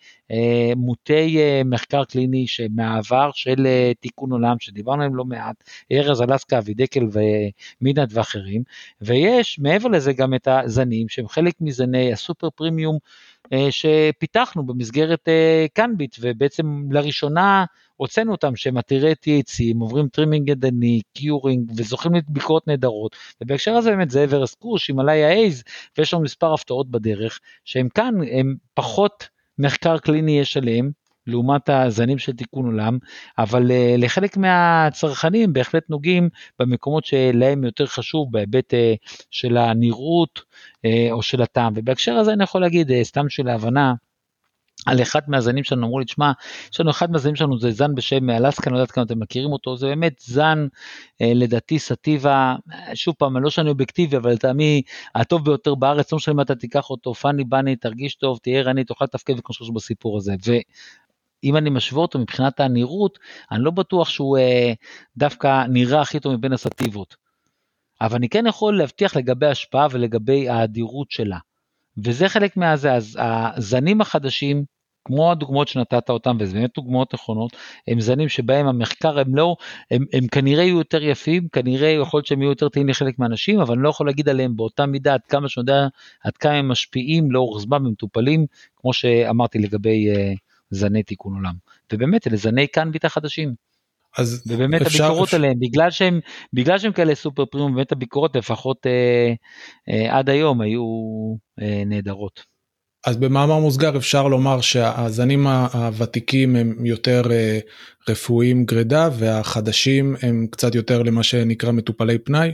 מוטי מחקר קליני, שמעבר של תיקון עולם, שדיברנו עליהם לא מעט, ארז, אלסקה, אבידקל ומידנייט ואחרים, ויש מעבר לזה גם את הזנים, שהם חלק מזני הסופר פרימיום, שפיתחנו במסגרת קנביט, ובעצם לראשונה הוצאנו אותם שהם עתירי THC, הם עוברים טרימינג ידני, קיורינג, וזוכים לביקורות נהדרות, ובהקשר הזה באמת זה אברסט קוש, הימאליה הייז, ויש לנו מספר הפתעות בדרך, שהם כאן, הם פחות מחקר קליני יש עליהם, לעומת הזנים של תיקון עולם, אבל לחלק מהצרכנים בהחלט נוגעים במקומות שלהם יותר חשוב, בהיבט של הנראות או של הטעם, ובהקשר הזה אני יכול להגיד, סתם של ההבנה, על אחד מהזנים שלנו, אמרו לי, תשמע, יש לנו אחד מהזנים שלנו, זה זן בשם אלסקה, אני לא יודעת כמה אתם מכירים אותו, זה באמת זן, לדעתי סטיבה, שוב פעם, אני לא שאני אובייקטיבי, אבל לטעמי הטוב ביותר בארץ, לא משנה אם אתה תיקח אותו, פאני בני, תרגיש טוב, תהיה ערני, תוכל לתפקד וכנשרוש בסיפור הזה, ואם אני משווה אותו מבחינת הנראות, אני לא בטוח שהוא דווקא נראה הכי טוב מבין הסטיבות, אבל אני כן יכול להבטיח לגבי ההשפעה ולגבי האדירות שלה, וזה חלק מהזה. אז הזנים החדשים, כמו הדוגמאות שנתת אותם, וזה באמת דוגמאות נכונות, הם זנים שבהם המחקר הם כנראה יהיו יותר יפים, כנראה יכול להיות שהם יהיו יותר טעים לחלק מהאנשים, אבל אני לא יכול להגיד עליהם באותה מידה, עד כמה שאני יודע, עד כמה הם משפיעים לאורך זמן ומטופלים, כמו שאמרתי לגבי זני תיקון עולם. ובאמת, אלה זני קנביט החדשים. ובאמת הביקורות עליהם, בגלל שהם כאלה סופר פרימיום, באמת הביקורות לפחות עד היום היו נהדרות. אז במאמר מוסגר אפשר לומר שהזנים הוותיקים הם יותר רפואיים גרידה, והחדשים הם קצת יותר למה שנקרא מטופלי פנאי?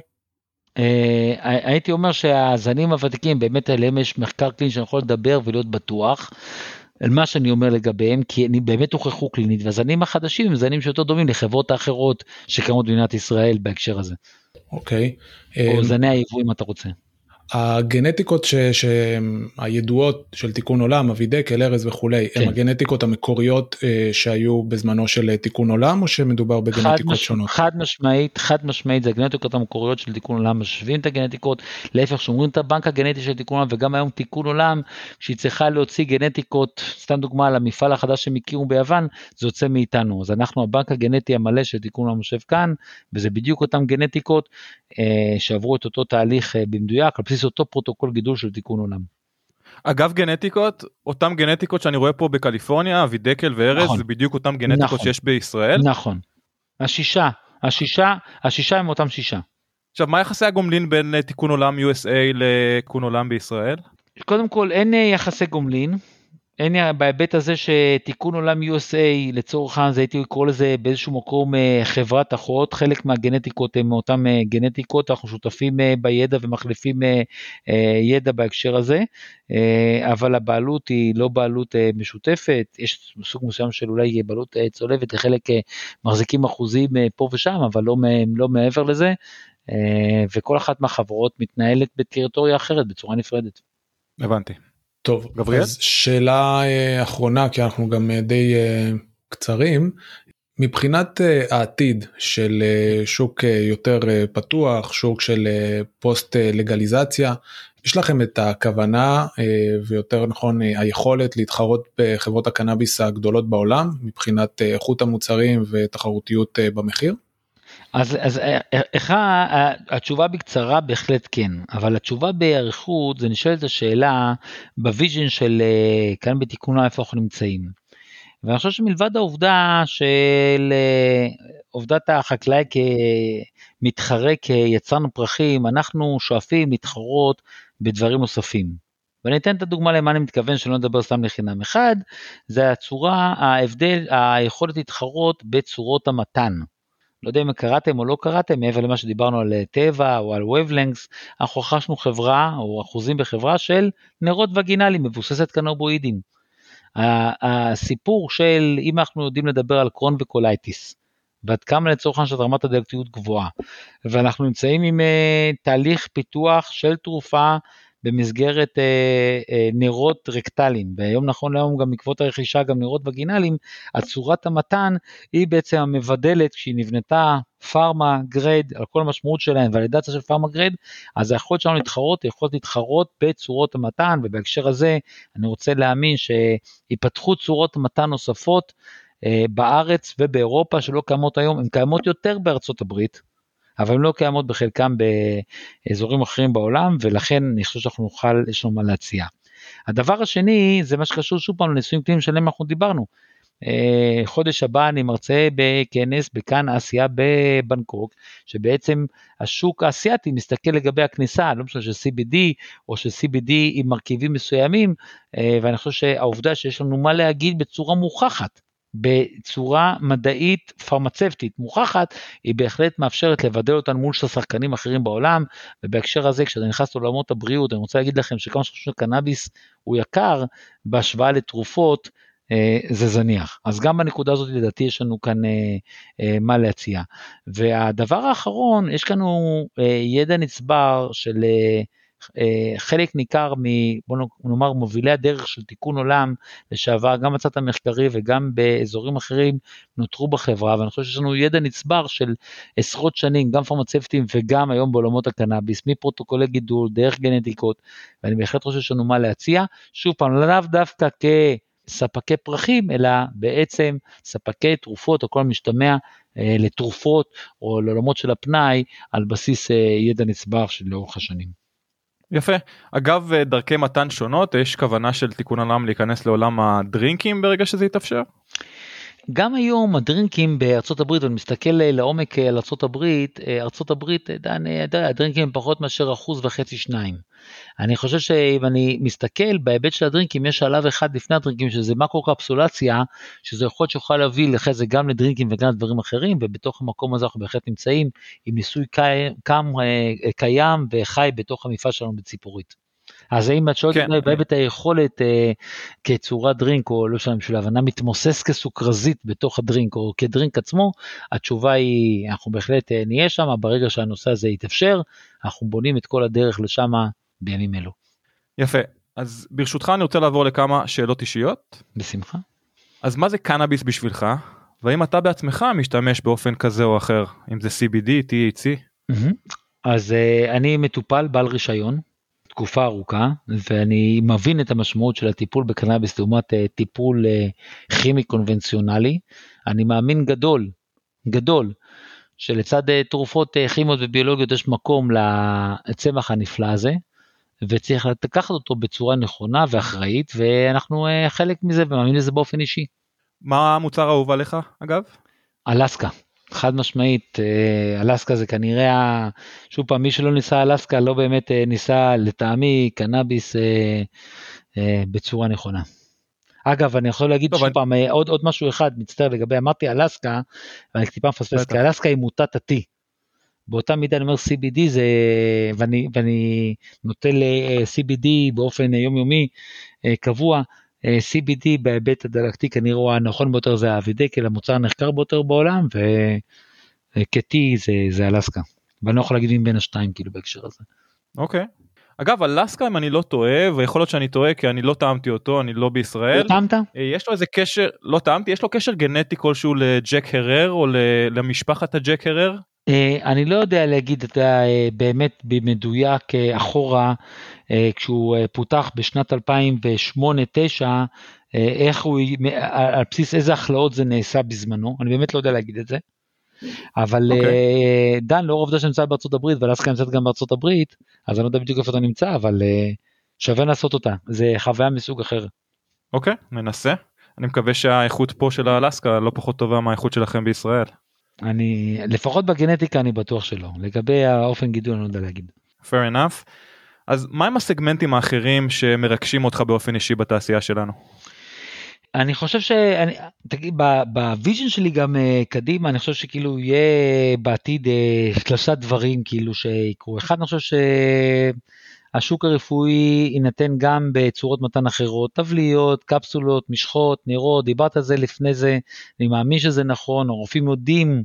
הייתי אומר שהזנים הוותיקים באמת עליהם יש מחקר קליני שאני יכול לדבר ולהיות בטוח, על מה שאני אומר לגביהם, כי אני באמת הוכחו קלינית, והזנים החדשים הם זנים שיותר דומים לחברות האחרות שקיימות במדינת ישראל בהקשר הזה. אוקיי. או זני היבוא אם אתה רוצה. הגנטיקות הידועות של תיקון עולם, אבידקל, ארז וכולי, הם הגנטיקות המקוריות שהיו בזמנו של תיקון עולם, או שמדובר בגנטיקות שונות? חד משמעית, זה הגנטיקות המקוריות של תיקון עולם, משווים את הגנטיקות, להפך שומרים את הבנק הגנטי של תיקון עולם, וגם היום תיקון עולם, שהיא צריכה להוציא גנטיקות, סתם דוגמה, למפעל החדש שהם הכירו ביוון, זה יוצא מאיתנו, אז אנחנו הבנק הגנטי המלא של תיקון עולם יושב כאן, וזה בדיוק אותם גנטיקות, שעברו את אותו תהליך במדויק, על בסיס אותו פרוטוקול גידול של תיקון עולם. אגב גנטיקות, אותם גנטיקות שאני רואה פה בקליפורניה, אבידקל וארז, נכון. זה בדיוק אותם גנטיקות נכון. שיש בישראל? נכון. השישה הם אותם שישה. עכשיו, מה יחסי הגומלין בין תיקון עולם USA לתיקון עולם בישראל? קודם כל, אין יחסי גומלין, אין בהיבט הזה שתיקון עולם USA לצורך העניין, הייתי לקרוא לזה באיזשהו מקום חברת אחות, חלק מהגנטיקות הם אותם גנטיקות, אנחנו שותפים בידע ומחליפים ידע בהקשר הזה, אבל הבעלות היא לא בעלות משותפת, יש סוג מסוים של אולי בעלות צולבת, לחלק מחזיקים אחוזים פה ושם, אבל לא מעבר לזה, וכל אחת מהחברות מתנהלת בטריטוריה אחרת בצורה נפרדת. הבנתי. טוב, גבריאל? אז שאלה אחרונה, כי אנחנו גם די קצרים, מבחינת העתיד של שוק יותר פתוח, שוק של פוסט לגליזציה, יש לכם את הכוונה ויותר נכון היכולת להתחרות בחברות הקנאביס הגדולות בעולם, מבחינת איכות המוצרים ותחרותיות במחיר? אז התשובה בקצרה בהחלט כן, אבל התשובה בעריכות זה נשאלת השאלה בוויז'ן של כאן בתיקון איפה אנחנו נמצאים. ואני חושב שמלבד העובדה של עובדת החקלאי כמתחרה כיצרן פרחים, אנחנו שואפים להתחרות בדברים נוספים. ואני אתן את הדוגמה למה אני מתכוון שלא נדבר סתם לחינם. אחד, זה הצורה, ההבדל, היכולת להתחרות בצורות המתן. לא יודע אם קראתם או לא קראתם, מעבר למה שדיברנו על טבע או על Wavelengths, אנחנו רכשנו חברה או אחוזים בחברה של נרות וגינליים, מבוססת קנבואידים. הסיפור של אם אנחנו יודעים לדבר על קרון וקולייטיס, ועד כמה לצורך העניין של רמת הדלקתיות גבוהה, ואנחנו נמצאים עם תהליך פיתוח של תרופה, במסגרת נרות רקטליים, והיום נכון להיום גם בעקבות הרכישה גם נרות וגינליים, הצורת המתן היא בעצם המבדלת כשהיא נבנתה פארמה גרד, על כל המשמעות שלהם, והלידציה של פארמה גרד, אז היכולת שלנו להתחרות, יכולת להתחרות בצורות המתן, ובהקשר הזה אני רוצה להאמין שיפתחו צורות מתן נוספות בארץ ובאירופה שלא קיימות היום, הן קיימות יותר בארצות הברית, אבל הן לא קיימות בחלקם באזורים אחרים בעולם, ולכן אני חושב שאנחנו נוכל, יש לנו מה להציע. הדבר השני, זה מה שקשור שוב פעם לניסויים קליניים שלהם אנחנו דיברנו. חודש הבא אני מרצה בכנס בכאן אסיה בבנקוק, שבעצם השוק האסייתי מסתכל לגבי הכניסה, לא משנה של CBD או של CBD עם מרכיבים מסוימים, ואני חושב שהעובדה שיש לנו מה להגיד בצורה מוכחת, בצורה מדעית פרמצבטית מוכחת, היא בהחלט מאפשרת לבדל אותנו מול שחקנים אחרים בעולם, ובהקשר הזה כשאתה נכנס לעולמות הבריאות, אני רוצה להגיד לכם שכמה שחושב שקנאביס הוא יקר, בהשוואה לתרופות, זה זניח. אז גם בנקודה הזאת לדעתי יש לנו כאן מה להציע. והדבר האחרון, יש לנו ידע נצבר של חלק ניכר בוא נאמר מובילי הדרך של תיקון עולם לשעבר, גם בצד המחקרי וגם באזורים אחרים נותרו בחברה, ואני חושב שיש לנו ידע נצבר של עשרות שנים, גם פרמצבטים וגם היום בעולמות הקנאביס, מפרוטוקולי גידול, דרך גנטיקות, ואני בהחלט חושב שיש לנו מה להציע, שוב פעם, לאו דווקא כספקי פרחים, אלא בעצם ספקי תרופות, או כל משתמע לתרופות, או לעולמות של הפנאי, על בסיס ידע נצבר של לאורך השנים. יפה. אגב, דרכי מתן שונות, יש כוונה של תיקון עולם להיכנס לעולם הדרינקים ברגע שזה יתאפשר? גם היום הדרינקים בארצות הברית, ואני מסתכל לעומק על ארצות הברית, הדרינקים הם פחות מאשר 1.5%-2%. אני חושב שאם אני מסתכל בהיבט של הדרינקים, יש שלב אחד לפני הדרינקים, שזה מקרו-קפסולציה, שזה יכול להביא לך זה גם לדרינקים וגם לדברים אחרים, ובתוך המקום הזה אנחנו בהחלט נמצאים, עם ניסוי קיים וחי בתוך המפעל שלנו בציפורית. אז אם את שואלת בהיבט היכולת כצורת דרינק, או לא שלנו, של הבנה מתמוסס כסוכרזית בתוך הדרינק, או כדרינק עצמו, התשובה היא, אנחנו בהחלט נהיה שם, ברגע שהנושא הזה יתאפשר, אנחנו בונים את כל הדרך לשם בימים אלו. יפה, אז ברשותך אני רוצה לעבור לכמה שאלות אישיות. בשמחה. אז מה זה קנאביס בשבילך? והאם אתה בעצמך משתמש באופן כזה או אחר, אם זה CBD, THC? אז אני מטופל בעל רישיון, תקופה ארוכה, ואני מבין את המשמעות של הטיפול בקנאביס לעומת טיפול כימי קונבנציונלי. אני מאמין גדול, שלצד תרופות כימיות וביולוגיות יש מקום לצמח הנפלא הזה, וצריך לקחת אותו בצורה נכונה ואחראית, ואנחנו חלק מזה ומאמין לזה באופן אישי. מה המוצר האהוב עליך אגב? אלסקה. חד משמעית, אלסקה זה כנראה, שוב פעם, מי שלא ניסה אלסקה, לא באמת ניסה לטעמי קנאביס בצורה נכונה. אגב, אני יכול להגיד טוב, שוב פעם, עוד משהו אחד, מצטער לגבי, אמרתי אלסקה, ואני טיפה מפספס, כי אלסקה היא מוטת ה-T. באותה מידה אני אומר CBD זה, ואני נוטה ל-CBD באופן יומיומי קבוע, CBD בהיבט הדלקתי כנראה הנכון ביותר זה האבידקל, המוצר הנחקר ביותר בעולם, וכ-T זה אלסקה. ואני לא יכול להגיד אם בין השתיים כאילו בהקשר הזה. אוקיי. אגב, אלסקה אם אני לא טועה, ויכול להיות שאני טועה כי אני לא טעמתי אותו, אני לא בישראל. לא טעמת? יש לו איזה קשר, לא טעמתי, יש לו קשר גנטי כלשהו לג'ק הרר, או למשפחת הג'ק הרר? אני לא יודע להגיד את באמת במדויק אחורה, כשהוא פותח בשנת 2008-2009, איך הוא, על בסיס איזה החלאות זה נעשה בזמנו, אני באמת לא יודע להגיד את זה. אבל דן, לאור העובדה שנמצא בארצות הברית, ולאסקה נמצאת גם בארצות הברית, אז אני לא יודע בדיוק איפה אתה נמצא, אבל שווה לעשות אותה, זה חוויה מסוג אחר. אוקיי, ננסה. אני מקווה שהאיכות פה של האלסקה לא פחות טובה מהאיכות שלכם בישראל. לפחות בגנטיקה אני בטוח שלא, לגבי האופן גידול אני לא יודע להגיד. Fair enough. אז מה עם הסגמנטים האחרים שמרגשים אותך באופן אישי בתעשייה שלנו? אני חושב בוויז'ן שלי גם קדימה, אני חושב שכאילו יהיה בעתיד 3 דברים כאילו שיקרו. אחד, אני חושב שהשוק הרפואי יינתן גם בצורות מתן אחרות, טבליות, קפסולות, משחות, נרות, דיברת על זה לפני זה, אני מאמין שזה נכון, הרופאים יודעים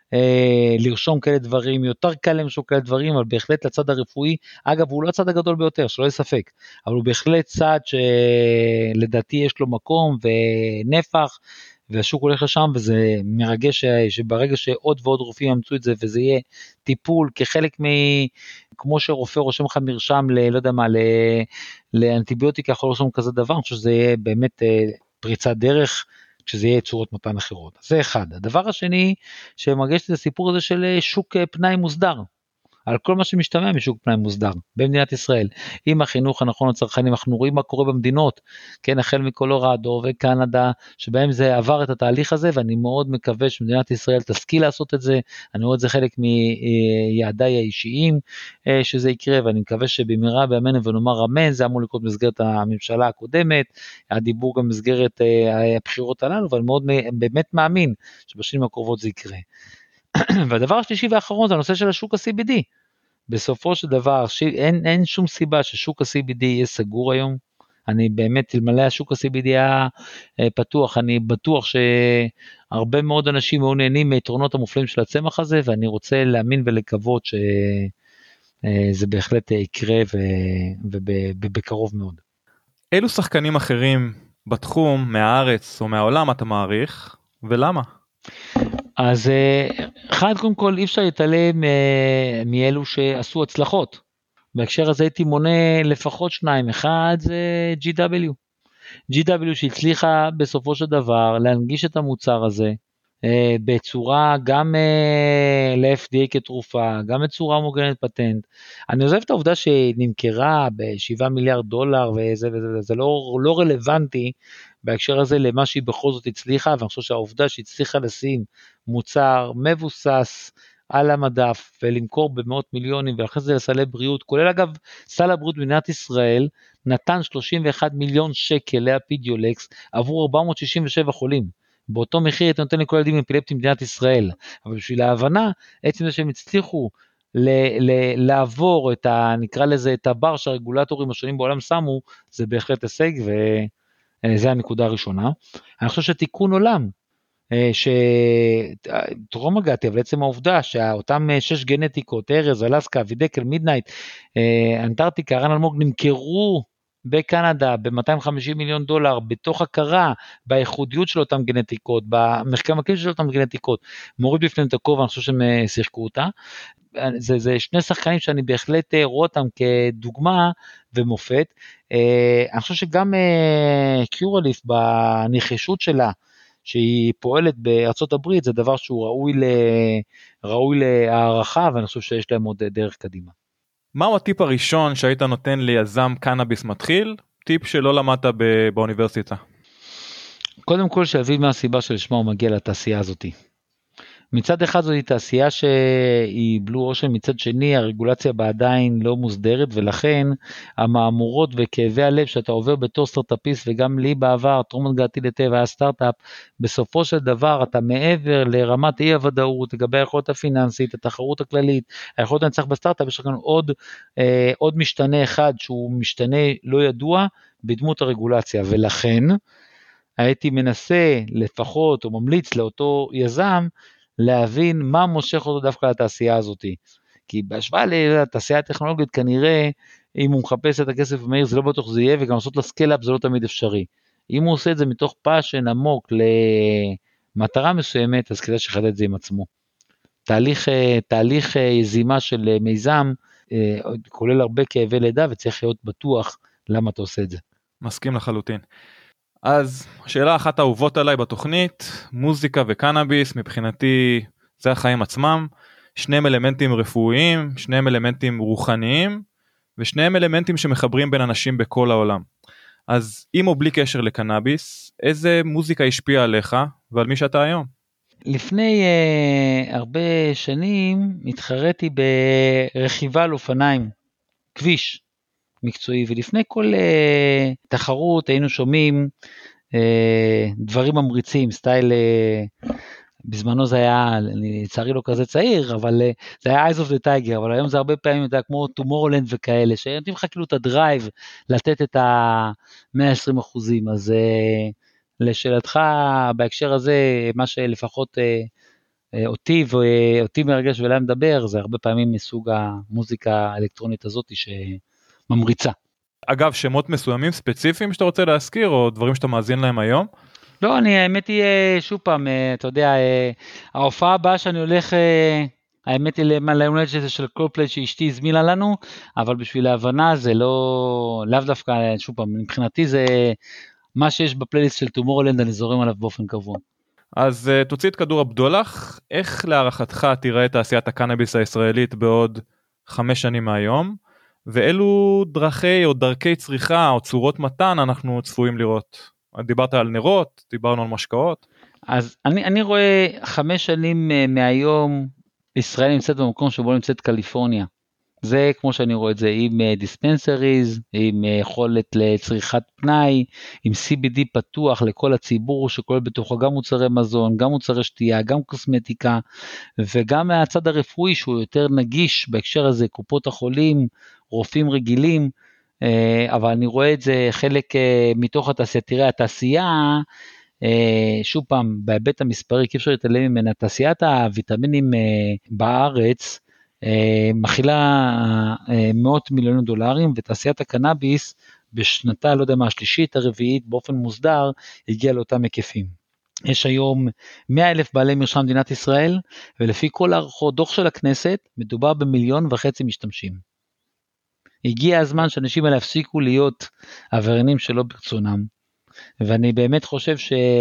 לרשום כאלה דברים, יותר קל לרשום כאלה דברים, אבל בהחלט לצד הרפואי, אגב הוא לא הצד הגדול ביותר, שלא יספק, אבל הוא בהחלט צד שלדעתי יש לו מקום ונפח, והשוק הולך לשם, וזה מרגש שברגע שעוד ועוד רופאים ימצאו את זה, וזה יהיה טיפול כחלק כמו שרופא רושם לך מרשם, לא יודע מה, לאנטיביוטיקה יכול לרשום כזה דבר, אני חושב שזה יהיה באמת פריצת דרך, שזה יהיה צורות מתן אחרות. זה אחד. הדבר השני, שמרגש את הסיפור הזה של שוק פנאי מוסדר, על כל מה שמשתמע משוק פנאי מוסדר, במדינת ישראל. עם החינוך הנכון לצרכנים, אנחנו רואים מה קורה במדינות, כן, החל מקולורדו וקנדה, שבהם זה עבר את התהליך הזה, ואני מאוד מקווה שמדינת ישראל תשכיל לעשות את זה, אני רואה את זה חלק מיעדיי האישיים, שזה יקרה, ואני מקווה שבמהרה בימינו ונאמר אמן, זה אמור לקרות במסגרת הממשלה הקודמת, הדיבור גם במסגרת הבחירות הללו, ואני מאוד באמת מאמין שבשנים הקרובות זה יקרה. והדבר השלישי והאחרון זה הנושא של השוק ה-CBD. בסופו של דבר, אין שום סיבה ששוק ה-CBD יהיה סגור היום. אני באמת, אלמלא השוק ה-CBD היה פתוח, אני בטוח שהרבה מאוד אנשים מאוד נהנים מיתרונות המופלאים של הצמח הזה, ואני רוצה להאמין ולקוות שזה בהחלט יקרה ובקרוב מאוד. אילו שחקנים אחרים בתחום, מהארץ או מהעולם אתה מעריך, ולמה? אז אחד, קודם כל אי אפשר להתעלם מאלו שעשו הצלחות. בהקשר הזה הייתי מונה לפחות 2, אחד זה GW. GW שהצליחה בסופו של דבר להנגיש את המוצר הזה, בצורה גם ל-FDA כתרופה, גם בצורה מוגנת פטנט. אני עוזב את העובדה שנמכרה ב$7 מיליארד, וזה לא רלוונטי בהקשר הזה למה שהיא בכל זאת הצליחה, ואני חושב שהעובדה שהיא הצליחה לשים מוצר מבוסס על המדף, ולמכור במאות מיליונים, ולכן זה לסלי בריאות, כולל אגב סל הבריאות במדינת ישראל, נתן 31 מיליון שקל לאפידיולקס, עבור 467 חולים, באותו מחיר אתה נותן לכל ילדים עם אפילפטים במדינת ישראל, אבל בשביל ההבנה, עצם זה שהם הצליחו לעבור נקרא לזה את הבר שהרגולטורים השונים בעולם שמו, זה בהחלט הישג, וזה הנקודה הראשונה. אני חושב שתיקון עולם, שטרום הגעתי, אבל עצם העובדה שאותם 6 גנטיקות, ארז, אלסקה, אבידקל, מידנייט, אנטארקטיקה, רן אלמוג, נמכרו בקנדה ב$250 מיליון, בתוך הכרה בייחודיות של אותם גנטיקות, במחקר מקיף של אותם גנטיקות, מוריד בפניהם את הכובע, אני חושב שהם שיחקו אותה. זה 2 שחקנים שאני בהחלט רואה אותם כדוגמה ומופת. אני חושב שגם קיורליף בנחישות שלה, שהיא פועלת בארצות הברית, זה דבר שהוא ראוי להערכה, ואני חושב שיש להם עוד דרך קדימה. מהו הטיפ הראשון שהיית נותן ליזם קנאביס מתחיל? טיפ שלא למדת באוניברסיטה. קודם כל, שיבין מה הסיבה שלשמה הוא מגיע לתעשייה הזאת. מצד אחד זו תעשייה שהיא בלו אושן, מצד שני הרגולציה בה עדיין לא מוסדרת, ולכן המאמורות וכאבי הלב שאתה עובר בתור סטארט-אפיסט, וגם לי בעבר, טרום הגעתי לטבע היה סטארט-אפ, בסופו של דבר אתה מעבר לרמת אי הוודאות, לגבי היכולת הפיננסית, התחרות הכללית, היכולת לנצח בסטארט-אפ, יש לכם עוד משתנה אחד שהוא משתנה לא ידוע בדמות הרגולציה, ולכן הייתי מנסה לפחות או ממליץ לאותו יזם להבין מה מושך אותו דווקא לתעשייה הזאת. כי בהשוואה לתעשייה הטכנולוגית כנראה אם הוא מחפש את הכסף מהיר זה לא בטוח זה יהיה, וגם לעשות לה סקייל-אפ זה לא תמיד אפשרי. אם הוא עושה את זה מתוך פאשן עמוק למטרה מסוימת, אז כדאי שחדד את זה עם עצמו. תהליך יזימה של מיזם כולל הרבה כאבי לידה, וצריך להיות בטוח למה אתה עושה את זה. מסכים לחלוטין. אז שאלה אחת האהובות עליי בתוכנית, מוזיקה וקנאביס, מבחינתי זה החיים עצמם, שניהם אלמנטים רפואיים, שניהם אלמנטים רוחניים, ושניהם אלמנטים שמחברים בין אנשים בכל העולם. אז עם או בלי קשר לקנאביס, איזה מוזיקה השפיעה עליך ועל מי שאתה היום? לפני הרבה שנים התחרתי ברכיבה על אופניים, כביש מקצועי, ולפני כל תחרות היינו שומעים דברים ממריצים, סטייל, בזמנו זה היה, לצערי לא כזה צעיר, אבל זה היה Eyes of the Tiger, אבל היום זה הרבה פעמים יודע, כמו Tomorrowland וכאלה, שנותנים לך כאילו את הדרייב לתת את ה-120%, אז לשאלתך בהקשר הזה, מה שלפחות אותי מרגש ולהם מדבר, זה הרבה פעמים מסוג המוזיקה האלקטרונית הזאת שממריצה. אגב, שמות מסוימים ספציפיים שאתה רוצה להזכיר, או דברים שאתה מאזין להם היום? לא, האמת היא, שוב פעם, אתה יודע, ההופעה הבאה שאני הולך, האמת היא ליום של קולפליי שאשתי הזמינה לנו, אבל בשביל ההבנה זה לאו דווקא, שוב פעם, מבחינתי זה מה שיש בפלייליסט של טומורלנד, אני זורם עליו באופן קבוע. אז תוציא את כדור הבדולח, איך להערכתך תראה תעשיית הקנאביס הישראלית בעוד 5 שנים מהיום, ואילו דרכי צריכה או צורות מתן אנחנו צפויים לראות? דיברת על נרות, דיברנו על משקאות. אז אני רואה 5 שנים מהיום, ישראל נמצאת במקום שבו נמצאת קליפורניה. זה כמו שאני רואה את זה, עם דיספנסריז, עם יכולת לצריכת פנאי, עם CBD פתוח לכל הציבור, שכולל בתוכו גם מוצרי מזון, גם מוצרי שתייה, גם קוסמטיקה, וגם מהצד הרפואי שהוא יותר נגיש בהקשר הזה, קופות החולים, רופאים רגילים, אבל אני רואה את זה חלק מתוך התעשייה. תראה, התעשייה, שוב פעם, בהיבט המספרי, כי אפשר להתעלם ממנה, תעשיית הוויטמינים בארץ, מכילה מאות מיליון דולרים, ותעשיית הקנאביס בשנתה, לא יודע מה, השלישית, הרביעית, באופן מוסדר, הגיעה לאותם היקפים. יש היום 100,000 בעלי מרשם במדינת ישראל, ולפי כל הערכות דוח של הכנסת, מדובר ב1.5 מיליון משתמשים. הגיע הזמן שאנשים האלה הפסיקו להיות עבריינים שלא ברצונם, ואני באמת חושב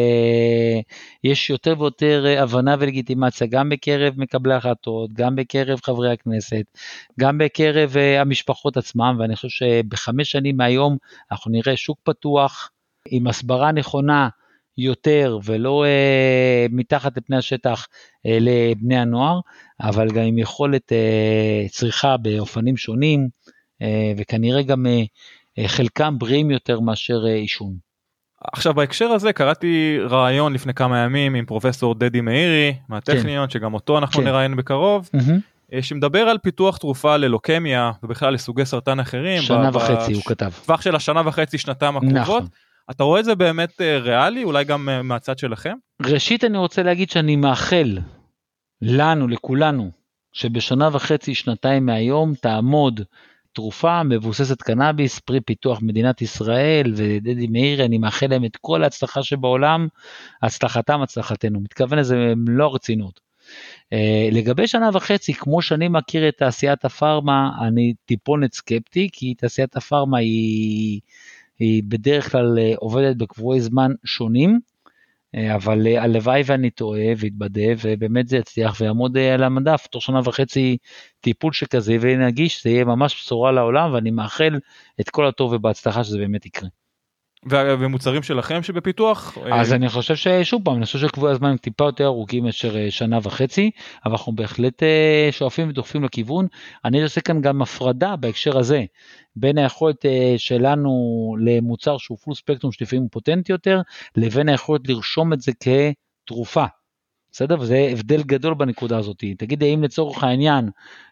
שיש יותר ויותר הבנה ולגיטימציה, גם בקרב מקבלי החלטות, גם בקרב חברי הכנסת, גם בקרב המשפחות עצמם, ואני חושב ב5 שנים מהיום אנחנו נראה שוק פתוח, עם הסברה נכונה יותר, ולא מתחת לפני השטח לבני הנוער, אבל גם עם יכולת צריכה באופנים שונים, וכנראה גם חלקם בריאים יותר מאשר עישון. עכשיו בהקשר הזה קראתי רעיון לפני כמה ימים עם פרופסור דדי מאירי מהטכניון, שגם אותו אנחנו נראיין בקרוב, שמדבר על פיתוח תרופה ללוקמיה ובכלל לסוגי סרטן אחרים. 1.5 הוא כתב. טווח של 1.5 שנתיים הקרובות. אתה רואה את זה באמת ריאלי, אולי גם מהצד שלכם? ראשית אני רוצה להגיד שאני מאחל לנו, לכולנו, שב1.5 שנתיים מהיום תעמוד תרופה מבוססת קנאביס, פרי פיתוח מדינת ישראל, ודדי מאירי, אני מאחל להם את כל ההצלחה שבעולם, הצלחתם, הצלחתנו, מתכוון לזה לא רצינות. לגבי 1.5, כמו שאני מכיר את תעשיית הפארמה, אני טיפונת סקפטי, כי תעשיית הפארמה היא בדרך כלל עובדת בקבועי זמן שונים, אבל הלוואי ואני טועה והתבדה, ובאמת זה יצליח ויעמוד על המדף, תוך 1.5 טיפול שכזה, ונגיש, זה יהיה ממש בשורה לעולם, ואני מאחל את כל הטוב ובהצלחה שזה באמת יקרה. ומוצרים שלכם שבפיתוח? אז אני חושב ששוב פעם, אני חושב שקבועי הזמן הם טיפה יותר ארוכים מאשר שנה וחצי, אבל אנחנו בהחלט שואפים ודוחפים לכיוון. אני עושה כאן גם הפרדה בהקשר הזה, בין היכולת שלנו למוצר שהוא פול ספקטרום שלפעמים הוא פוטנטי יותר, לבין היכולת לרשום את זה כתרופה. בסדר? וזה הבדל גדול בנקודה הזאת. תגיד, אם לצורך העניין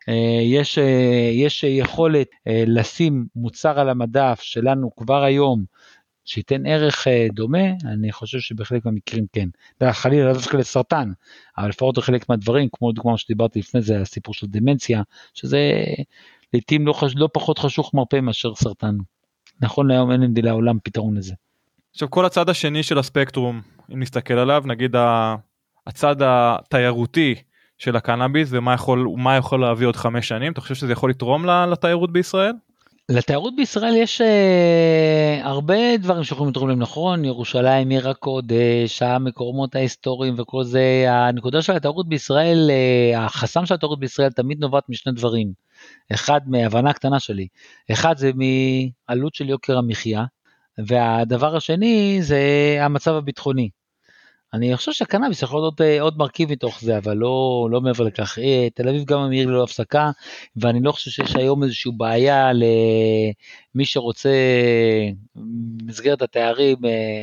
יש יכולת לשים מוצר על המדף שלנו כבר היום, שייתן ערך דומה, אני חושב שבחלק מהמקרים כן. חלילה, לא דווקא לסרטן, אבל לפחות חלק מהדברים, כמו דוגמה שדיברתי לפני זה, הסיפור של דמנציה, שזה לעתים לא פחות חשוך מרפא מאשר סרטן. נכון להיום אין לעולם פתרון לזה. עכשיו כל הצד השני של הספקטרום, אם נסתכל עליו, נגיד הצד התיירותי של הקנאביס, ומה יכול להביא עוד 5 שנים, אתה חושב שזה יכול לתרום לתיירות בישראל? לתיירות בישראל יש הרבה דברים שיכולים לתרום להם, נכון, ירושלים, עיר הקודש, המקומות ההיסטוריים וכל זה, הנקודה של התיירות בישראל, החסם של התיירות בישראל תמיד נובעת משני דברים, אחד מהבנה קטנה שלי, אחד זה מעלות של יוקר המחיה, והדבר השני זה המצב הביטחוני. אני חושב שהקנאביס יכול להיות עוד מרכיב מתוך זה, אבל לא מעבר לכך. תל אביב גם מעיר ללא הפסקה, ואני לא חושב שיש היום איזושהי בעיה למי שרוצה מסגרת התארים,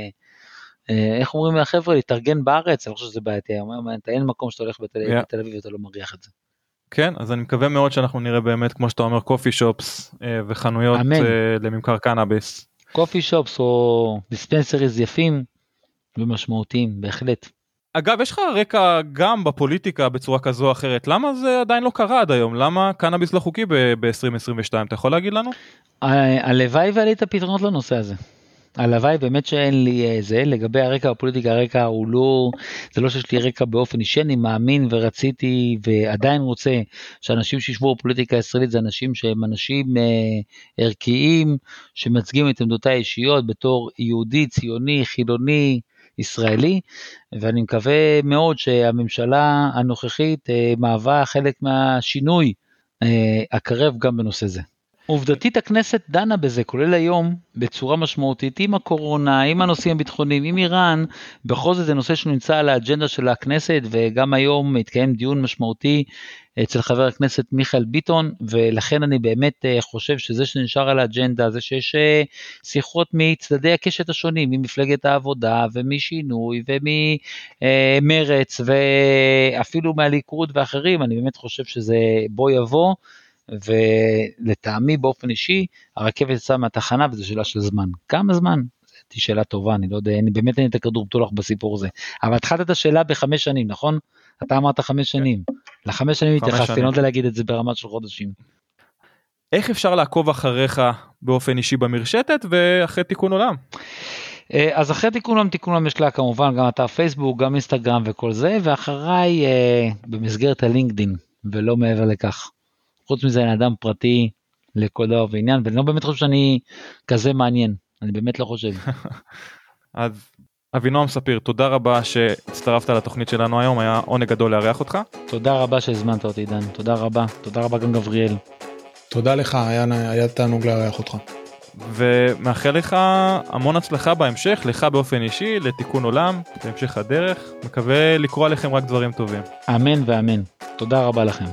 איך אומרים לחבר'ה, להתארגן בארץ, אני חושב שזה בעייתי, אין מקום שאתה הולך בתל אביב ואתה לא מריח את זה. כן, אז אני מקווה מאוד שאנחנו נראה באמת, כמו שאתה אומר, קופי שופס וחנויות לממכר קנאביס. קופי שופס או דיספנסריז יפים, ומשמעותיים, בהחלט. אגב, יש לך רקע גם בפוליטיקה בצורה כזו או אחרת, למה זה עדיין לא קרה עד היום? למה קנאביס לא חוקי ב-2022? אתה יכול להגיד לנו? הלוואי ועלי את הפתרונות לנושא הזה. הלוואי באמת שאין לי זה, לגבי הרקע בפוליטיקה, הרקע הוא לא, זה לא שיש לי רקע באופן אישי, אני מאמין ורציתי ועדיין רוצה שאנשים שישבו בפוליטיקה הישראלית זה אנשים שהם אנשים ערכיים, שמייצגים את עמדותיי האישיות בתור יהודי, ציוני, חילוני, ישראלי, ואני מקווה מאוד שהממשלה הנוכחית מהווה חלק מהשינוי הקרב גם בנושא זה. עובדתית הכנסת דנה בזה, כולל היום, בצורה משמעותית, עם הקורונה, עם הנושאים הביטחוניים, עם איראן, בכל זאת זה נושא שנמצא על האג'נדה של הכנסת, וגם היום התקיים דיון משמעותי אצל חבר הכנסת מיכאל ביטון, ולכן אני באמת חושב שזה שנשאר על האג'נדה, זה שיש שיחות מצדדי הקשת השונים, ממפלגת העבודה, ומשינוי, וממרץ, ואפילו מהליכוד ואחרים, אני באמת חושב שזה בוא יבוא, ולטעמי באופן אישי, הרכבת יצאה מהתחנה, וזו שאלה של זמן. כמה זמן? זו שאלה טובה, אני לא יודע, באמת אין את הכדור בטוח בסיפור הזה. אבל התחלת את השאלה ב5 שנים, נכון? אתה אמרת 5 שנים. ל5 שנים התייחסתי, אני לא יודע להגיד את זה ברמת של חודשים. איך אפשר לעקוב אחריך באופן אישי במרשתת, ואחרי תיקון עולם? אז אחרי תיקון עולם יש לה כמובן גם אתר פייסבוק, גם אינסטגרם וכל זה, ואחריי במסגרת הלינקדין, ולא מעבר לכך. חוץ מזה אני אדם פרטי לכל דבר ועניין, ואני לא באמת חושב שאני כזה מעניין, אני באמת לא חושב. אז אבינועם ספיר, תודה רבה שהצטרפת לתוכנית שלנו היום, היה עונג גדול לארח אותך. תודה רבה שהזמנת אותי דן, תודה רבה גם גבריאל. תודה לך, היה תענוג לארח אותך. ומאחל לך המון הצלחה בהמשך, לך באופן אישי, לתיקון עולם, בהמשך הדרך, מקווה לקרוא עליכם רק דברים טובים. אמן ואמן, תודה רבה לכם.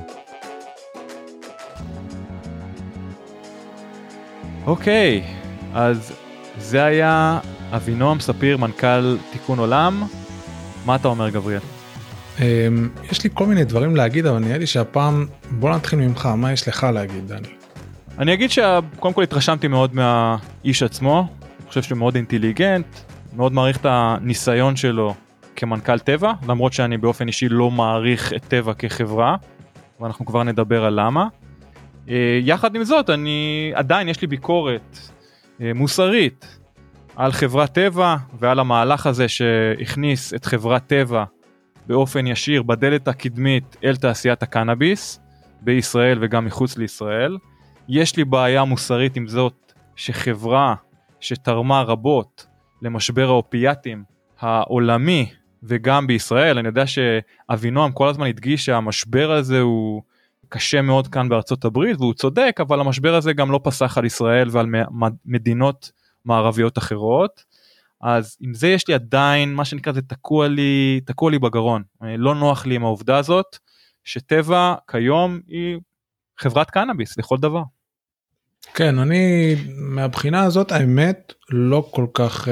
אוקיי, אז זה היה אבינועם ספיר, מנכ"ל תיקון עולם. מה אתה אומר גבריאל? יש לי כל מיני דברים להגיד, אבל נראה לי שהפעם, בוא נתחיל ממך, מה יש לך להגיד דני? אני אגיד שקודם כל התרשמתי מאוד מהאיש עצמו, אני חושב שהוא מאוד אינטליגנט, מאוד מעריך את הניסיון שלו כמנכ"ל טבע, למרות שאני באופן אישי לא מעריך את טבע כחברה, ואנחנו כבר נדבר על למה. יחד עם זאת, עדיין יש לי ביקורת מוסרית על חברת טבע ועל המהלך הזה שהכניס את חברת טבע באופן ישיר בדלת הקדמית אל תעשיית הקנאביס בישראל וגם מחוץ לישראל. יש לי בעיה מוסרית עם זאת שחברה שתרמה רבות למשבר האופיאטים העולמי וגם בישראל, אני יודע שאבינועם כל הזמן הדגיש שהמשבר הזה הוא קשה מאוד כאן בארצות הברית, והוא צודק, אבל המשבר הזה גם לא פסח על ישראל ועל מדינות מערביות אחרות, אז עם זה יש לי עדיין, מה שנקרא זה תקוע לי בגרון, לא נוח לי עם העובדה הזאת, שטבע כיום היא חברת קנאביס לכל דבר. כן, אני מהבחינה הזאת האמת לא כל כך,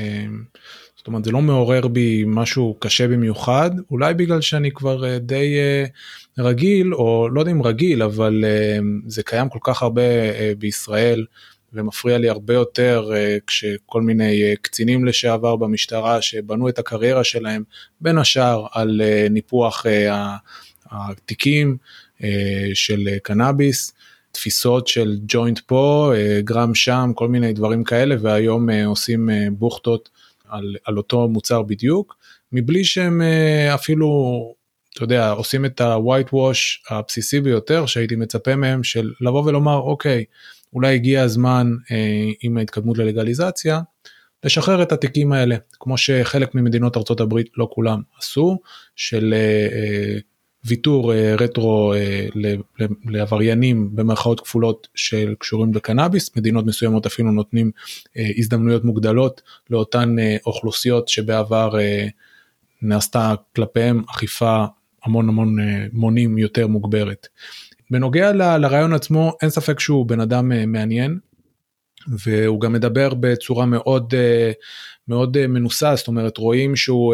זאת אומרת זה לא מעורר בי משהו קשה במיוחד, אולי בגלל שאני כבר די רגיל, או לא יודע אם רגיל, אבל זה קיים כל כך הרבה בישראל, ומפריע לי הרבה יותר כשכל מיני קצינים לשעבר במשטרה שבנו את הקריירה שלהם בין השאר על ניפוח התיקים של קנאביס, תפיסות של ג'וינט פה, גרם שם, כל מיני דברים כאלה, והיום עושים בוכטות על אותו מוצר בדיוק, מבלי שהם אפילו, אתה יודע, עושים את ה-white wash הבסיסי ביותר, שהייתי מצפה מהם של לבוא ולומר, אוקיי, אולי הגיע הזמן עם ההתקדמות ללגליזציה, לשחרר את התיקים האלה, כמו שחלק ממדינות ארצות הברית, לא כולם עשו, של ויתור רטרו לעבריינים במרכאות כפולות של קשורים בקנאביס, מדינות מסוימות אפילו נותנים הזדמנויות מוגדלות לאותן אוכלוסיות שבעבר נעשתה כלפיהם אכיפה המון מונים יותר מוגברת. בנוגע לרעיון עצמו, אין ספק שהוא בן אדם מעניין, והוא גם מדבר בצורה מאוד מנוסה, זאת אומרת רואים שהוא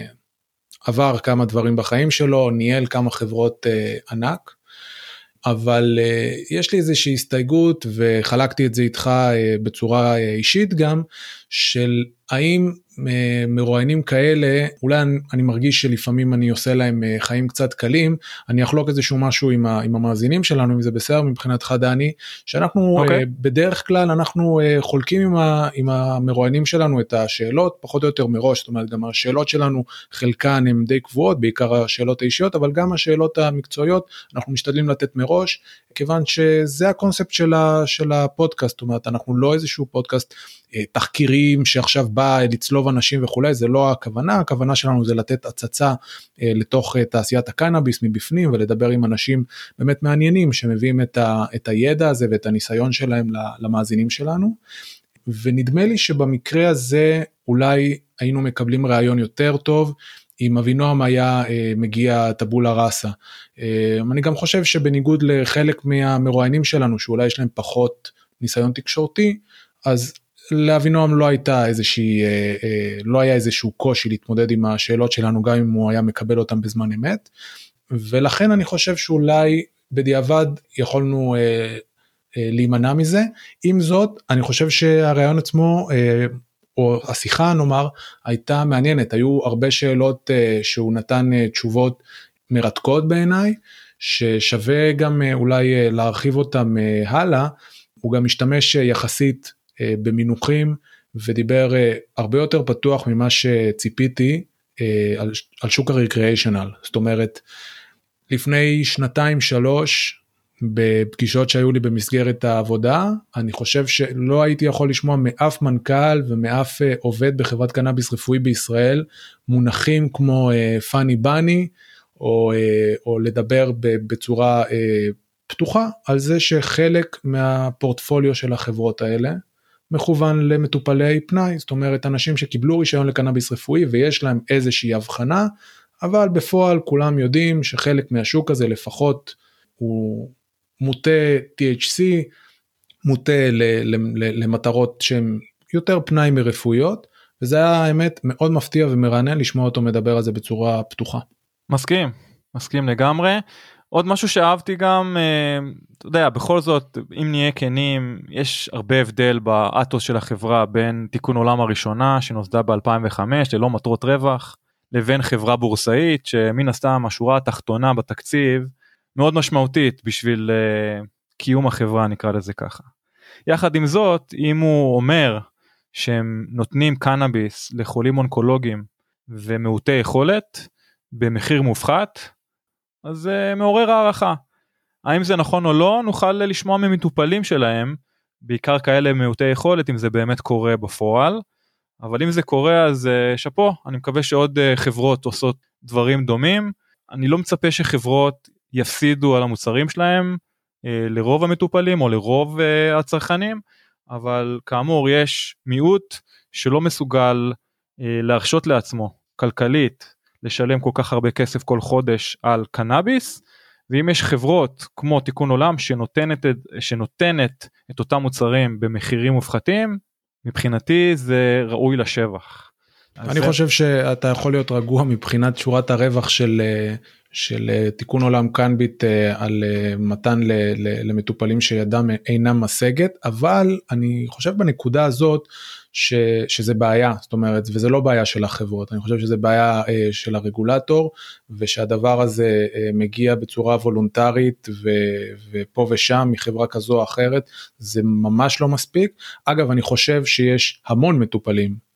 עבר כמה דברים בחיים שלו, ניהל כמה חברות ענק, אבל יש לי איזושהי הסתייגות, וחלקתי את זה איתך בצורה אישית גם, של האם מרואיינים כאלה, אולי אני מרגיש שלפעמים אני עושה להם חיים קצת קלים, אני אחלוק איזשהו משהו עם המאזינים שלנו, אם זה בסדר מבחינתך דני, שאנחנו בדרך כלל אנחנו חולקים עם המרואיינים שלנו את השאלות, פחות או יותר מראש, זאת אומרת גם השאלות שלנו חלקן הן די קבועות, בעיקר השאלות האישיות, אבל גם השאלות המקצועיות אנחנו משתדלים לתת מראש, כיוון שזה הקונספט של הפודקאסט, זאת אומרת אנחנו לא איזשהו פודקאסט תחקירים שעכשיו בא לצלוב אנשים וכולי, זה לא הכוונה, הכוונה שלנו זה לתת הצצה לתוך תעשיית הקנאביס מבפנים, ולדבר עם אנשים באמת מעניינים, שמביאים את הידע הזה ואת הניסיון שלהם למאזינים שלנו, ונדמה לי שבמקרה הזה אולי היינו מקבלים רעיון יותר טוב, אם אבינועם היה מגיע טבולה ראסה. אני גם חושב שבניגוד לחלק מהמרואיינים שלנו, שאולי יש להם פחות ניסיון תקשורתי, אז לאבינועם לא היה איזשהו קושי להתמודד עם השאלות שלנו, גם אם הוא היה מקבל אותם בזמן אמת, ולכן אני חושב שאולי בדיעבד יכולנו להימנע מזה. עם זאת, אני חושב שהרעיון עצמו, או השיחה נאמר, הייתה מעניינת, היו הרבה שאלות שהוא נתן תשובות מרתקות בעיניי, ששווה גם אולי להרחיב אותם הלאה, הוא גם משתמש יחסית במינוחים, ודיבר הרבה יותר פתוח ממה שציפיתי על שוק הריקריאיישנל, זאת אומרת, לפני 2-3, בפגישות שהיו לי במסגרת העבודה, אני חושב שלא הייתי יכול לשמוע מאף מנכ"ל ומאף עובד בחברת קנאביס רפואי בישראל, מונחים כמו פאני בני, או לדבר בצורה פתוחה, על זה שחלק מהפורטפוליו של החברות האלה, מכוון למטופלי פנאי, זאת אומרת אנשים שקיבלו רישיון לקנאביס רפואי, ויש להם איזושהי הבחנה, אבל בפועל כולם יודעים שחלק מהשוק הזה לפחות, הוא מוטה THC, מוטה למטרות שהן יותר פנאי מרפואיות, וזה היה האמת מאוד מפתיע ומרענן לשמוע אותו מדבר על זה בצורה פתוחה. מסכים לגמרי. עוד משהו שאהבתי גם, אתה יודע, בכל זאת, אם נהיה כנים, יש הרבה הבדל באתוס של החברה, בין תיקון עולם הראשונה, שנוסדה ב-2005, ללא מטרות רווח, לבין חברה בורסאית, שמן הסתם השורה התחתונה בתקציב, מאוד משמעותית בשביל קיום החברה, נקרא לזה ככה. יחד עם זאת, אם הוא אומר שהם נותנים קנאביס לחולים אונקולוגיים ומעוטי יכולת, במחיר מופחת, אז זה מעורר הערכה. האם זה נכון או לא, נוכל לשמוע ממטופלים שלהם, בעיקר כאלה מעוטי יכולת, אם זה באמת קורה בפועל, אבל אם זה קורה אז שפו, אני מקווה שעוד חברות עושות דברים דומים, אני לא מצפה שחברות יפסידו על המוצרים שלהם, לרוב המטופלים או לרוב הצרכנים, אבל כאמור יש מיעוט שלא מסוגל להרשות לעצמו כלכלית לשלם כל כך הרבה כסף כל חודש על קנאביס, ואם יש חברות כמו תיקון עולם שנותנת את אותם מוצרים במחירים מופחתים, מבחינתי זה ראוי לשבח. אני חושב שאתה יכול להיות רגוע מבחינת שורת הרווח של תיקון עולם קנביט על מתן למטופלים שידם אינם משגת, אבל אני חושב בנקודה הזאת שזה בעיה, זאת אומרת, וזה לא בעיה של החברות, אני חושב שזה בעיה של הרגולטור, ושהדבר הזה מגיע בצורה וולונטרית, ופה ושם מחברה כזו או אחרת, זה ממש לא מספיק. אגב, אני חושב שיש המון מטופלים,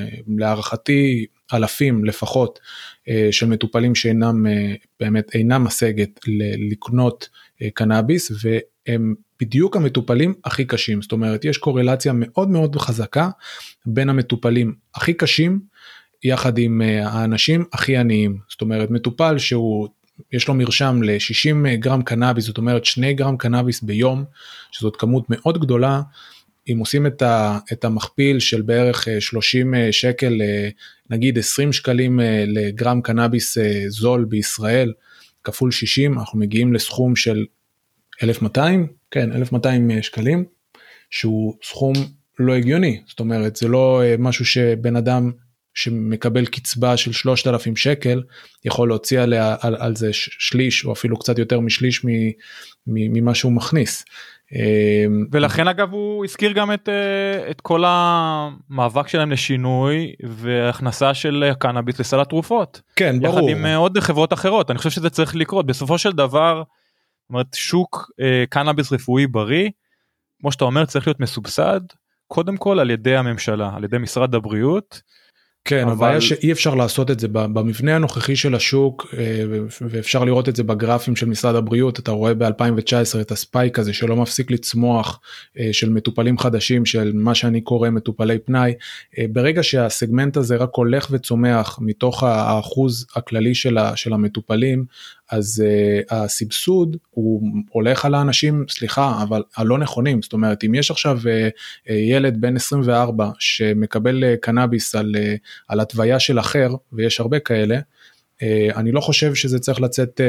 להערכתי אלפים לפחות של מטופלים שאינם באמת אינם משגת לקנות קנאביס, והם בדיוק המטופלים הכי קשים. זאת אומרת, יש קורלציה מאוד מאוד חזקה בין המטופלים הכי קשים יחד עם האנשים הכי עניים. זאת אומרת, מטופל יש לו מרשם ל-60 גרם קנאביס, זאת אומרת 2 גרם קנאביס ביום, שזאת כמות מאוד גדולה. אם עושים את המכפיל של בערך 30 שקל, נגיד 20 שקלים לגרם קנאביס זול בישראל, כפול 60, אנחנו מגיעים לסכום של 1,200, כן, 1,200 שקלים, שהוא סכום לא הגיוני. זאת אומרת, זה לא משהו שבן אדם שמקבל קצבה של 3,000 שקל, יכול להוציא על זה שליש, או אפילו קצת יותר משליש ממה שהוא מכניס. ולכן אגב הוא הזכיר גם את כל המאבק שלהם לשינוי והכנסה של קנאביס לסל התרופות. כן, ברור. יחד עם עוד חברות אחרות. אני חושב שזה צריך לקרות. בסופו של דבר, זאת אומרת, שוק קנאביס רפואי בריא, כמו שאתה אומר, צריך להיות מסובסד, קודם כל על ידי הממשלה, על ידי משרד הבריאות. כן, הבעיה שאי אפשר לעשות את זה במבנה הנוכחי של השוק, ואפשר לראות את זה בגרפים של משרד הבריאות. אתה רואה ב-2019 את הספייק הזה שלא מפסיק לצמוח, של מטופלים חדשים, של מה שאני קורא מטופלי פנאי. ברגע שהסגמנט הזה רק הולך וצומח מתוך האחוז הכללי של המטופלים, אז הסבסוד הוא הולך על האנשים, סליחה, אבל הלא נכונים. זאת אומרת, אם יש עכשיו ילד בן 24 שמקבל קנאביס על התוויה של אחר, ויש הרבה כאלה, אני לא חושב שזה צריך לצאת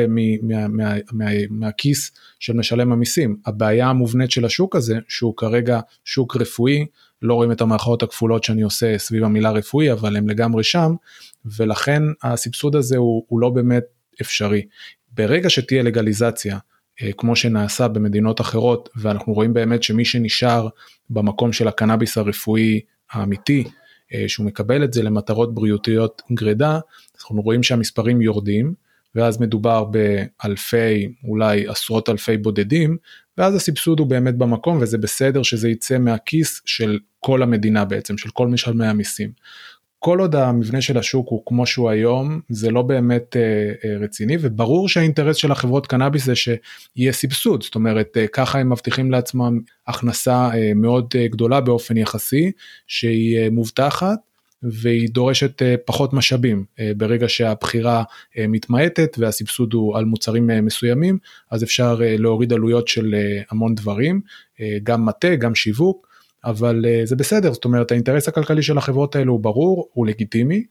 מהכיס של משלם המיסים. הבעיה המובנית של השוק הזה, שהוא כרגע שוק רפואי, לא רואים את המערכות הכפולות שאני עושה סביב המילה רפואי, אבל הם לגמרי שם, ולכן הסבסוד הזה הוא לא באמת אפשרי. ברגע שתהיה לגליזציה, כמו שנעשה במדינות אחרות, ואנחנו רואים באמת שמי שנשאר במקום של הקנאביס הרפואי האמיתי, שהוא מקבל את זה למטרות בריאותיות גרידה, אנחנו רואים שהמספרים יורדים, ואז מדובר באלפי, אולי עשרות אלפי בודדים, ואז הסבסוד הוא באמת במקום, וזה בסדר שזה יצא מהכיס של כל המדינה בעצם, של כל משלמי המיסים. כל עוד המבנה של השוק הוא כמו שהוא היום, זה לא באמת רציני, וברור שהאינטרס של החברות קנאביס זה שיהיה סבסוד, זאת אומרת, ככה הם מבטיחים לעצמם הכנסה מאוד גדולה באופן יחסי, שהיא מובטחת, והיא דורשת פחות משאבים, ברגע שהבחירה מתמעטת, והסבסוד הוא על מוצרים מסוימים, אז אפשר להוריד עלויות של המון דברים, גם מטה, גם שיווק, אבל זה בסדר, זאת אומרת, האינטרס הכלכלי של החברות האלו הוא ברור, הוא לגיטימי,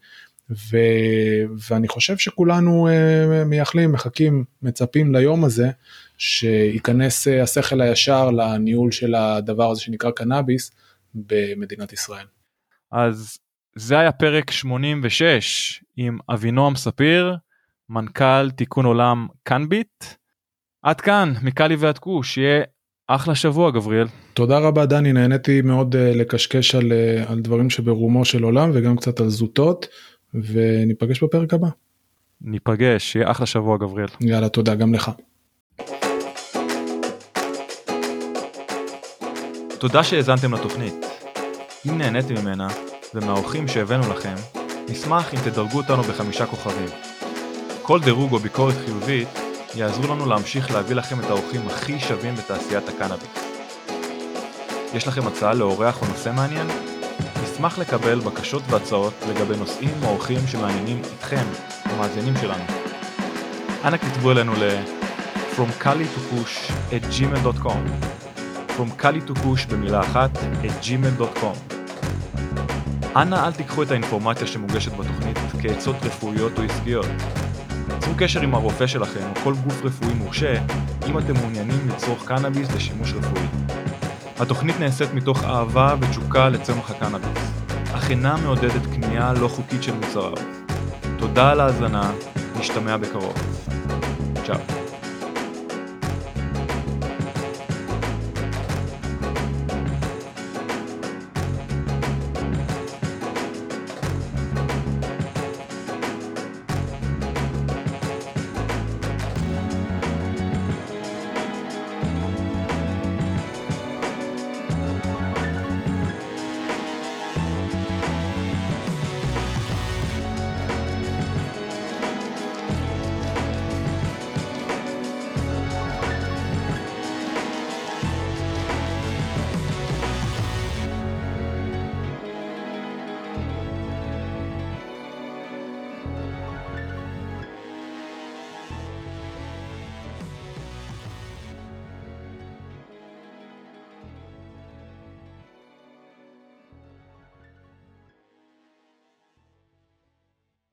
ואני חושב שכולנו מייחלים, מחכים, מצפים ליום הזה, שיכנס השכל הישר לניהול של הדבר הזה שנקרא קנאביס, במדינת ישראל. אז זה היה פרק 86, עם אבינועם ספיר, מנכ"ל תיקון עולם קנביט. עד כאן, מקלי ועד כוש, שיהיה אחלה שבוע, גבריאל. תודה רבה, דני, נהניתי מאוד לקשקש על דברים שברומו של עולם, וגם קצת על זוטות, וניפגש בפרק הבא. ניפגש, שיהיה אחלה שבוע, גבריאל. יאללה, תודה, גם לך. תודה שהאזנתם לתוכנית. אם נהניתם ממנה, ומהאורחים שהבאנו לכם, נשמח אם תדרגו אותנו ב5 כוכבים. כל דירוג או ביקורת חיובית, יעזרו לנו להמשיך להביא לכם את האורחים הכי שווים בתעשיית הקנאביס. יש לכם הצעה לאורח או נושא מעניין? נשמח לקבל בקשות והצעות לגבי נושאים או אורחים שמעניינים איתכם, המאזינים שלנו. אנא כתבו אלינו ל fromkali2kush@gmail.com. From Cali to Kush במילה אחת, @gmail.com. אנא אל תיקחו את האינפורמציה שמוגשת בתוכנית כעצות רפואיות או עסקיות. צרו קשר עם הרופא שלכם או כל גוף רפואי מורשה אם אתם מעוניינים לצרוך קנאביס לשימוש רפואי. התוכנית נעשית מתוך אהבה ותשוקה לצמח הקנאביס, אך אינה מעודדת קנייה לא חוקית של מוצריו. תודה על ההאזנה, נשתמע בקרוב. צ'או.